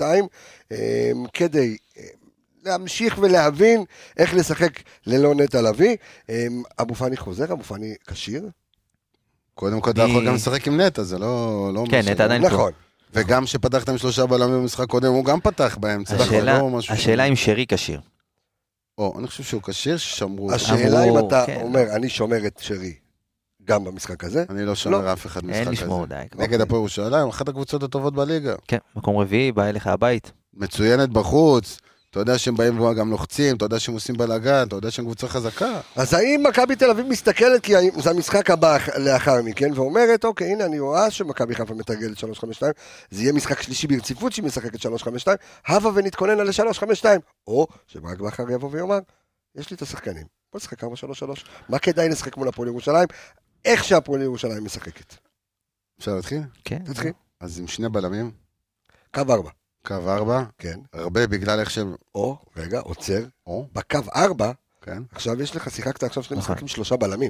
כדי להמשיך ולהבין איך לשחק ללא נטע לביא. אבו פאני חוזר, אבו פאני כשיר. קודם כל אתה יכול גם לשחק עם נטע, זה לא... כן, נטע עדיין נכון. וגם שפתחת עם 3 בלמים במשחק קודם, הוא גם פתח באמצע. השאלה אם שרי כשיר. אני חושב שהוא כשיר, ששמרו. השאלה אם אתה אומר, אני שומר את שרי גם במשחק הזה. אני לא שומר אף אחד משחק הזה. אין לשמור, די. נגד הפועל ירושלים, אחת הקבוצות הטובות בליגה. כן, מקום רביעי, בא אליך הבית. מצוינת בחוץ, אתה יודע שהם באים גם לוחצים, אתה יודע שהם עושים בלגן, אתה יודע שהם קבוצה חזקה. אז האם מכבי תל אביב מסתכלת, כי זה המשחק הבא לאחר מכן, ואומרת, אוקיי, הנה אני רואה שמכבי חיפה מתרגלת 3-5-2, זה יהיה משחק שלישי ברציפות שהיא משחקת 3-5-2, הבה ונתכונן על 3-5-2, או שברק בכר יבוא ויאמר, יש לי את השחקנים, בוא נשחק 4-3-3, מה כדאי לשחק מול הפועל ירושלים, איך שהפועל ירושלים משחקת. אפשר להתחיל? כן. תתחיל. אז עם 2 בלמים. קו 4. קו 4. כן. הרבה בגלל איך שהם... רגע, עוצר. בקו 4, כן. עכשיו יש לך, שיחקת עכשיו 2 משחקים 3 בלמים.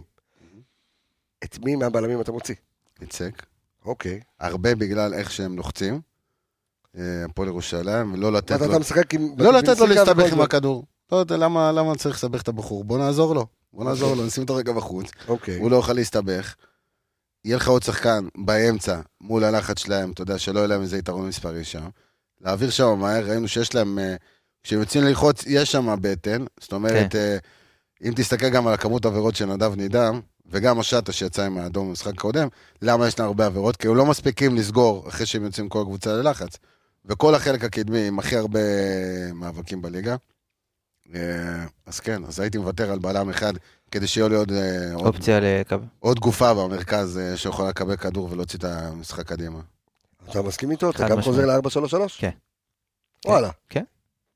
את מי מהבלמים אתה מוציא? יצק. אוקיי. הרבה בגלל איך שהם לוחצים. הפועל ירושלים, ולא לתת לו... אתה משחק עם... לא לתת לו להסתבך עם הכדור. לא יודע, למה צריך לסבך את הבחור? בוא נעזור לו. נשים אותו רגע בחוץ. הוא לא יוכל להסתבך. יהיה לך עוד שחקן באמצע, מול הלחץ שלהם, אתה יודע שלא יהיה להם איזה יתרון מספרי שם. להעביר שם מהר, ראינו שיש להם, כשהם יוצאים ללחוץ, יש שם בטן, זאת אומרת, אם תסתכל גם על הכמות עבירות של נדב נידם, וגם השטה שיצא עם האדום במשחק קודם, למה יש להם הרבה עבירות? כי הם לא מספיקים לסגור אחרי שהם יוצאים כל הקבוצה ללחץ. וכל החלק הקדמי עם הכי הרבה מאבקים בליגה. אז כן, אז הייתי מוותר על בלם אחד, כדי שיהיה לי עוד... אופציה לקבל. עוד גופה במרכז שיכולה לקבל כדור ולהוציא את המשחק קדימה. אתה מסכים איתו? אתה גם חוזר ל-4-3-3? כן. וואלה. כן.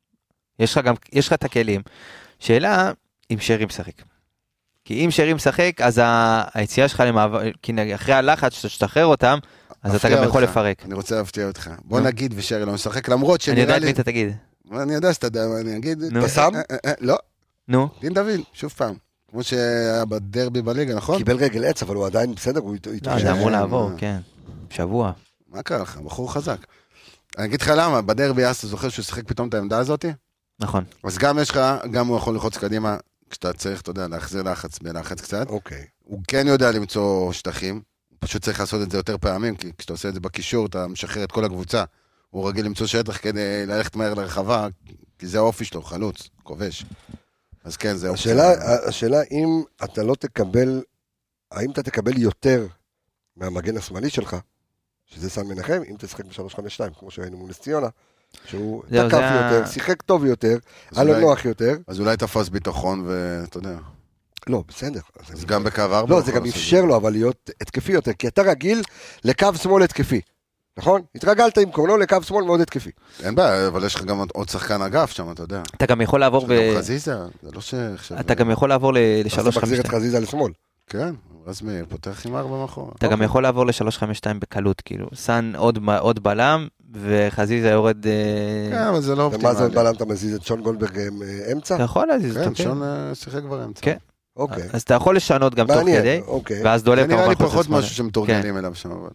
יש לך את הכלים. שאלה אם שרי משחק. כי אם שרי משחק, אז היציאה שלך למעבר, כי אחרי הלחץ שתשתחרר אותם, אז אתה גם יכול לפרק. אני רוצה להפתיע אותך. בוא נגיד ושרי לא משחק, למרות שנראה לי... אני יודע את מי אתה תגיד. אני יודע שאתה יודע מה אני אגיד. בסם? לא. נו. דין דוד, שוב פעם. כמו שהיה בדרבי בליגה, נכון? קיבל רגל עץ, אבל הוא עדיין בסדר, הוא לא, זה אמור לעבור, כן. שבוע. מה קרה לך? בחור חזק. אני אגיד לך למה, בדרבי אז אתה זוכר שהוא שחק פתאום את העמדה הזאת? נכון. אז גם יש לך, גם הוא יכול ללחוץ קדימה, כשאתה צריך, אתה יודע, להחזיר לחץ בלחץ קצת. אוקיי. הוא כן יודע למצוא שטחים, הוא פשוט צריך לעשות את זה יותר פעמים, כי כשאתה עושה את זה בקישור, אתה משחרר את כל הקבוצה. הוא רגיל למצוא שטח כדי ללכת מהר לרחבה, כי זה האופי שלו, חלוץ, כובש. אז כן, זה השאלה אם אתה לא תקבל, האם אתה תקבל יותר מהמגן השמאלי שלך, שזה סן מנחם, אם תשחק ב-3-5-2, כמו שראינו מול נס ציונה, שהוא תקף יותר, שיחק טוב יותר, היה לו נוח יותר. אז אולי תפס ביטחון ואתה יודע. לא, בסדר. אז גם בקו 4. לא, זה גם אפשר לו, אבל להיות התקפי יותר, כי אתה רגיל לקו שמאל התקפי. נכון? התרגלת עם קורנו לקו שמאל מאוד התקפי. אין בעיה, אבל יש לך גם עוד שחקן אגף שם, אתה יודע. אתה גם יכול לעבור חזיזה, זה לא שעכשיו... אתה גם יכול לעבור ל-3-5-2. אתה מחזיר את חזיזה לשמאל. כן, אז מי פותח עם 4 מאחור. אתה גם יכול לעבור ל-3-5-2 בקלות, כאילו. סן עוד בלם, וחזיזה יורד... כן, אבל זה לא אופטימלי. ומה זה עוד בלם? אתה מזיז את שון גולדברג אמצע? אתה יכול להזיז אותו, כן. כן, שון שיחק כבר אמצע. כן. אוקיי. אז אתה יכול לשנות גם תוך כדי, ואז דולב כמובן... נראה לי פחות משהו שמתורגלים אליו שם, אבל...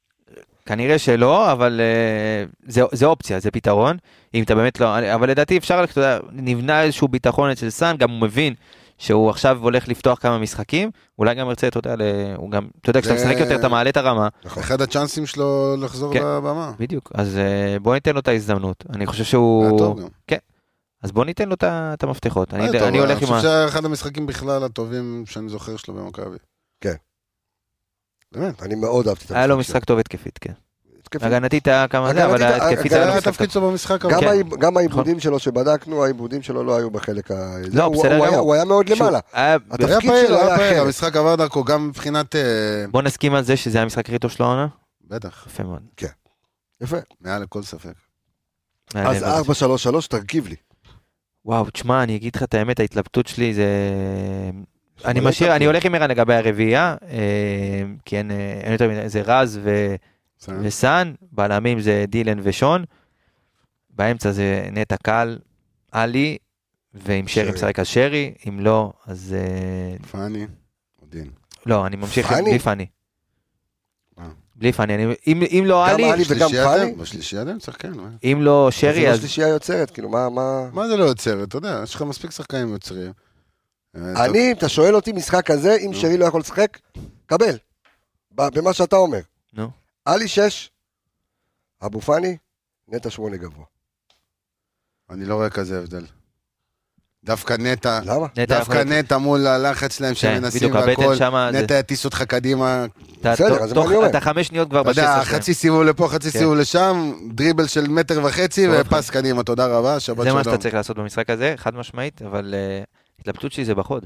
כנראה שלא, אבל זה אופציה, זה פתרון. אם אתה באמת לא... אבל לדעתי אפשר, אתה יודע, נבנה איזשהו ביטחון אצל סן, גם הוא מבין שהוא עכשיו הולך לפתוח כמה משחקים, אולי גם ירצה, אתה יודע, הוא גם, אתה יודע, כשאתה משחק יותר, אתה מעלה את הרמה. אחד הצ'אנסים שלו לחזור לבמה. בדיוק, אז בוא ניתן לו את ההזדמנות. אני חושב שהוא... כן. אז בוא ניתן לו את המפתחות. אני הולך עם... אני חושב שאחד המשחקים בכלל הטובים שאני זוכר שלו במכבי. כן. באמת, אני מאוד אהבתי את המשחק. היה לו משחק טוב התקפית, כן. התקפי. הגנתית היה כמה זה, אבל התקפית זה היה היה משחק התפקיד שלו במשחק. גם העיבודים שלו שבדקנו, העיבודים שלו לא היו בחלק ה... לא, בסדר גמור. הוא היה מאוד למעלה. התפקיד שלו היה אחר. המשחק עבר דרכו גם מבחינת... בוא נסכים על זה שזה היה המשחק הכי טוב שלו העונה? בטח. יפה מאוד. כן. יפה. מעל לכל ספק. אז 4-3-3 תרכיב לי. וואו, תשמע, אני אגיד לך את האמת, ההתלבטות שלי זה... אני הולך עם ערן לגבי הרביעייה, כי אין יותר מדי, זה רז וסן, בלמים זה דילן ושון, באמצע זה נטע קל, אלי, ואם שרי משחק אז שרי, אם לא, אז... פאני, דין. לא, אני ממשיך בלי פאני. בלי פאני, אם לא גם אלי... אלי וגם פאני? בשלישייה אדם שחקן. אם לא שרי, אז... אז... זה בשלישייה יוצרת, כאילו, מה... מה זה לא יוצרת? אתה יודע, יש לך מספיק שחקנים יוצרים. אתה שואל אותי משחק כזה, אם שרי לא יכול לשחק, קבל. במה שאתה אומר. נו. אלי 6, אבו פאני, נטע 8 גבוה. אני לא רואה כזה הבדל. דווקא נטע, למה? דווקא נטע מול הלחץ שלהם שמנסים והכל, נטע יטיס אותך קדימה. בסדר, אז מה אני אומר? אתה 5 שניות כבר אתה יודע, חצי סיבוב לפה, חצי סיבוב לשם, דריבל של 1.5 מטר ופס קדימה, תודה רבה, שבת שלום. זה מה שאתה צריך לעשות במשחק הזה, חד משמעית, אבל התלבטות שלי זה בחוד.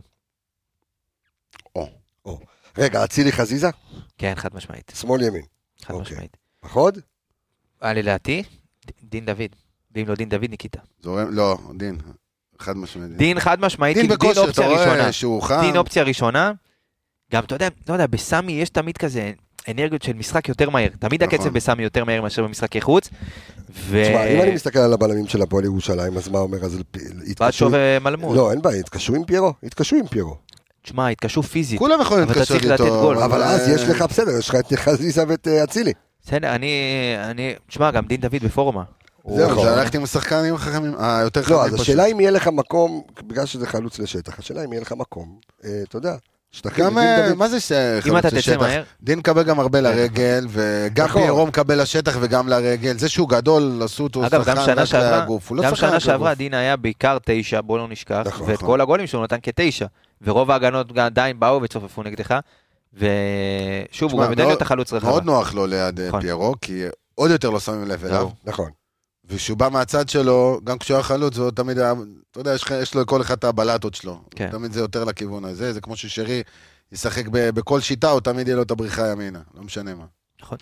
רגע, אצילי חזיזה? כן, חד משמעית. שמאל ימין. חד משמעית. בחוד? היה לי לדעתי, דין דוד. ואם לא דין דוד, ניקיטה. לא, דין. חד משמעית. דין חד משמעית, דין בכושר, אתה רואה שהוא חם. דין אופציה ראשונה. גם, אתה יודע, בסמי יש תמיד כזה אנרגיות של משחק יותר מהר. תמיד הקצב בסמי יותר מהר מאשר במשחקי חוץ. תשמע, אם אני מסתכל על הבלמים של הפועל ירושלים, אז מה אומר? אז בשו ומלמוד. לא, אין בעיה, התקשו עם פיירו. תשמע, התקשו פיזית. כולם יכולים להתקשר איתו. אבל אז יש לך בסדר, יש לך את חזיזה ואת אצילי. בסדר, תשמע, גם דין דוד בפורמה. זהו, זה הלכתי עם השחקנים החכמים, יותר חכמים. לא, אז השאלה אם יהיה לך מקום, בגלל שזה חלוץ לשטח, השאלה אם יהיה לך מקום, אתה יודע, גם, מה זה חלוץ לשטח? דין מקבל גם הרבה לרגל, וגם פיירו מקבל לשטח וגם לרגל, זה שהוא גדול, עשו אותו אגב, גם שנה שעברה דין היה בעיקר 9, בוא לא נשכח, ואת כל הגולים שהוא נתן כ9, ורוב ההגנות עדיין באו וצופפו נגדך, ושוב, הוא גם יודע להיות החלוץ רחבה. מאוד נוח לו ליד פיירו, כי עוד יותר לא שמים לב אליו. נכון. וכשהוא בא מהצד שלו, גם כשהוא היה חלוץ, הוא תמיד, אתה יודע, יש לו כל אחד את הבלטות שלו. כן. תמיד זה יותר לכיוון הזה, זה כמו ששרי ישחק בכל שיטה, הוא תמיד יהיה לו את הבריחה ימינה, לא משנה מה. נכון.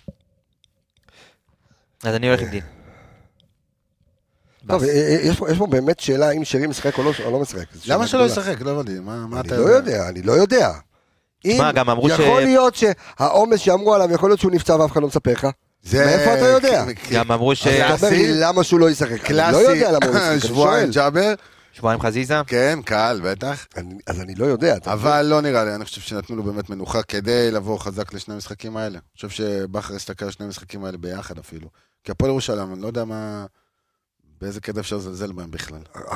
אז אני הולך עם דין. טוב, יש פה באמת שאלה אם שרי משחק או לא משחק. למה שלא ישחק? לא יודעים, מה אתה יודע? אני לא יודע. יכול להיות שהעומס שאמרו עליו, יכול להיות שהוא נפצע ואף אחד לא מספר לך. מאיפה אתה יודע? גם אמרו ש... למה שהוא לא ישחק? קלאסי, לא יודע למה הוא ישחק. שבועיים ג'אבר. שבועיים חזיזה? כן, קל, בטח. אז אני לא יודע. אבל לא נראה לי, אני חושב שנתנו לו באמת מנוחה כדי לבוא חזק לשני המשחקים האלה. אני חושב שבחר הסתכל על שני המשחקים האלה ביחד אפילו. כי הפועל ירושלים, אני לא יודע מה... באיזה קטע אפשר לזלזל בהם בכלל.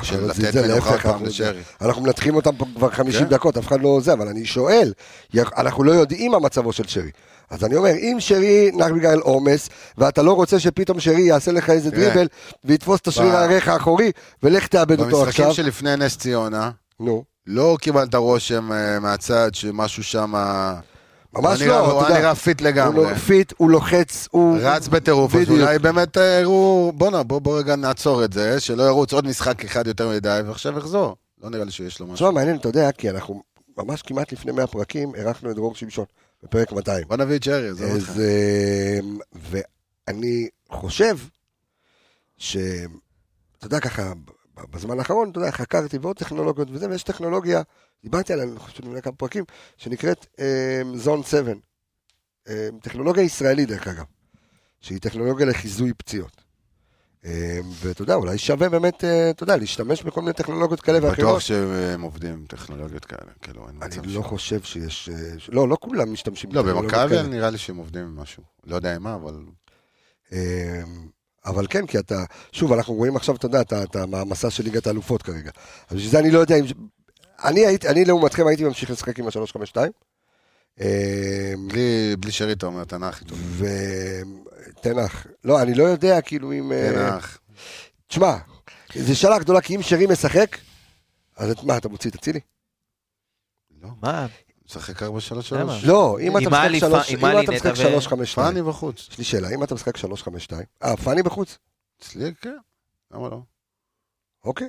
אנחנו מנתחים אותם פה כבר 50 דקות, אף אחד לא עוזב, אבל אני שואל, אנחנו לא יודעים מה מצבו של שרי. אז אני אומר, אם שרי נח בגלל עומס, ואתה לא רוצה שפתאום שרי יעשה לך איזה דריבל, ויתפוס את השריר הערך האחורי, ולך תאבד אותו עכשיו. במשחקים שלפני נס ציונה, לא קיבלת רושם מהצד שמשהו שם... ממש לא, הוא נראה פיט לגמרי. הוא פיט, הוא לוחץ, הוא... רץ בטירוף, אז אולי באמת הראו, בוא רגע נעצור את זה, שלא ירוץ עוד משחק אחד יותר מדי, ועכשיו יחזור. לא נראה לי שיש לו משהו. תשמע, מעניין, אתה יודע, כי אנחנו ממש כמעט לפני 100 פרקים, ערכנו את דרור שמשון, בפרק 200. בוא נביא את שרי, זה אותך. ואני חושב אתה יודע ככה, בזמן האחרון, אתה יודע, חקרתי ועוד טכנולוגיות וזה, ויש טכנולוגיה, דיברתי עליה, אני חושב לפני כמה פרקים, שנקראת זון 7. טכנולוגיה ישראלית דרך אגב, שהיא טכנולוגיה לחיזוי פציעות. ואתה יודע, אולי שווה באמת, אתה יודע, להשתמש בכל מיני טכנולוגיות כאלה ואחרות. בטוח שהם עובדים עם טכנולוגיות כאלה, כאילו, אני לא חושב שיש, לא כולם משתמשים בטכנולוגיות כאלה. לא, במכבי נראה לי שהם עובדים עם משהו, לא יודע עם מה, אבל כן, כי אתה, שוב, אנחנו רואים עכשיו, אתה יודע, את המסע של ליגת האלופות כרגע. אז בשביל זה אני לא יודע, אני לעומתכם הייתי ממשיך לשחק עם ה-352. בלי שרי אתה אומר, תנח איתו. תנח. לא, אני לא יודע, כאילו אם... תנח. תשמע, זו שאלה גדולה, כי אם שרי משחק, אז מה, אתה מוציא את אצילי? לא. מה? שחק 4-3-3. לא, אם אתה משחק 3-5-2. פאני בחוץ. יש לי שאלה, אם אתה משחק 3-5-2. פאני בחוץ? אצלי, כן. למה לא? אוקיי.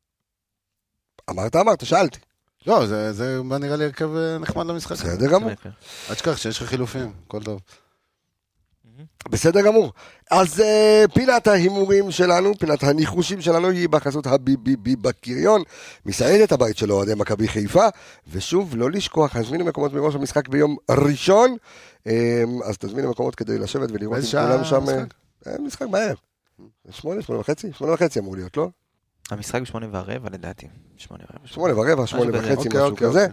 אמרת, שאלתי. לא, זה נראה לי הרכב נחמד למשחק. בסדר גמור. אל תשכח שיש לך חילופים, הכל טוב. בסדר גמור. אז פינת ההימורים שלנו, פינת הניחושים שלנו היא בחסות הביבי בקריון, מסעדת הבית של אוהדי מכבי חיפה, ושוב, לא לשכוח, הזמינו מקומות מראש המשחק ביום ראשון, אז תזמינו מקומות כדי לשבת ולראות איזה שעה משחק? משחק בערב. 8:30 אמור להיות, לא? המשחק ב8:15 לדעתי. 8:15, 8:15, 8:30, משהו כזה.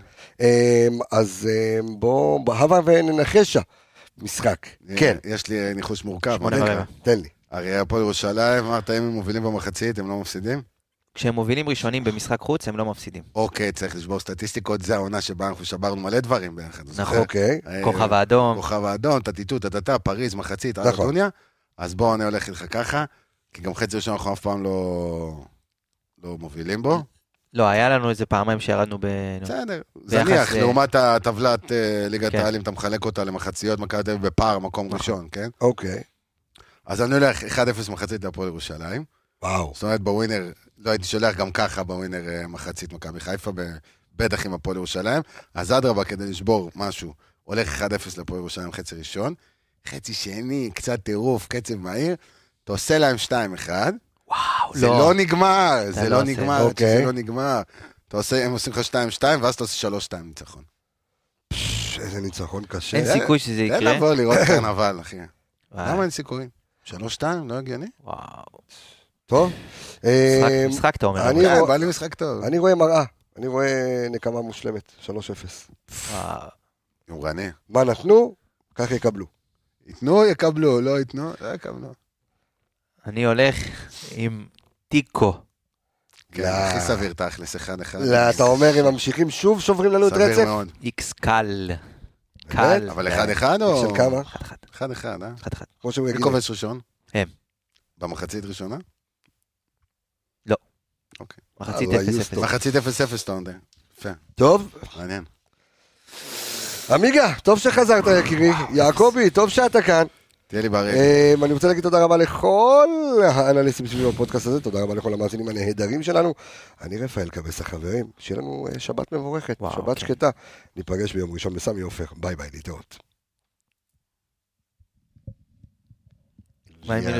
אז בואו, הבה וננחשה. משחק, כן. יש לי ניחוש מורכב. 8:15. תן לי. הרי הפועל ירושלים, אמרת, אם הם מובילים במחצית, הם לא מפסידים? כשהם מובילים ראשונים במשחק חוץ, הם לא מפסידים. אוקיי, צריך לשבור סטטיסטיקות, זה העונה שבה אנחנו שברנו מלא דברים ביחד. נכון. אוקיי. כוכב האדום. כוכב האדום, טטיטו, טטטה, פריז, מחצית, עד הדוניה. אז בואו אני הולך איתך ככה, כי גם חצי ראשון אנחנו אף פעם לא מובילים בו. לא, היה לנו איזה פעמיים שירדנו בסדר, זניח, לעומת הטבלת ליגת העלים, אתה מחלק אותה למחציות, מכבי תל אביב בפער, מקום ראשון, כן? אוקיי. אז אני הולך 1-0 מחצית להפועל ירושלים. וואו. זאת אומרת, בווינר, לא הייתי שולח גם ככה בווינר מחצית מכבי חיפה, בטח עם הפועל ירושלים. אז אדרבה, כדי לשבור משהו, הולך 1-0 להפועל ירושלים חצי ראשון, חצי שני, קצת טירוף, קצב מהיר, אתה עושה להם 2-1. וואו, זה לא נגמר, זה לא לא עושה. נגמר, אוקיי. זה לא נגמר. הם עושים לך 2-2, ואז אתה עושה 3-2 ניצחון. איזה ניצחון קשה. אין סיכוי שזה יקרה. אין לבוא לראות קרנבל, אחי. וואי. למה אין סיכויים? 3-2, לא הגיוני? וואו. טוב. משחק אתה אומר. אני בא לי משחק טוב. אני רואה מראה. אני רואה נקמה מושלמת. 3-0. וואו. יומרני. מה נתנו? כך יקבלו. ייתנו, יקבלו, לא ייתנו, לא יקבלו. אני הולך עם טיקו. כן, הכי סביר תכלס, 1-1. לא, אתה אומר, הם ממשיכים שוב, שוברים לנו את סביר רצף? מאוד. איקס קל. קל. אבל 1-1 או? של כמה? 1-1. 1-1, אה? 1-1. כמו שהוא מי יגיד. כובש ראשון? הם. במחצית ראשונה? לא. אוקיי. מחצית אבל 0-0. מחצית 0-0 אתה יודע. יפה, טוב. מעניין. עמיגה, טוב שחזרת יקירי. יעקבי, טוב שאתה כאן. תהיה לי בריא. אני רוצה להגיד תודה רבה לכל האנליסטים סביב הפודקאסט הזה, תודה רבה לכל המאזינים הנהדרים שלנו. אני רפאל קבס החברים, שיהיה לנו שבת מבורכת, שבת שקטה. ניפגש ביום ראשון בסמי עופר, ביי ביי, להתראות.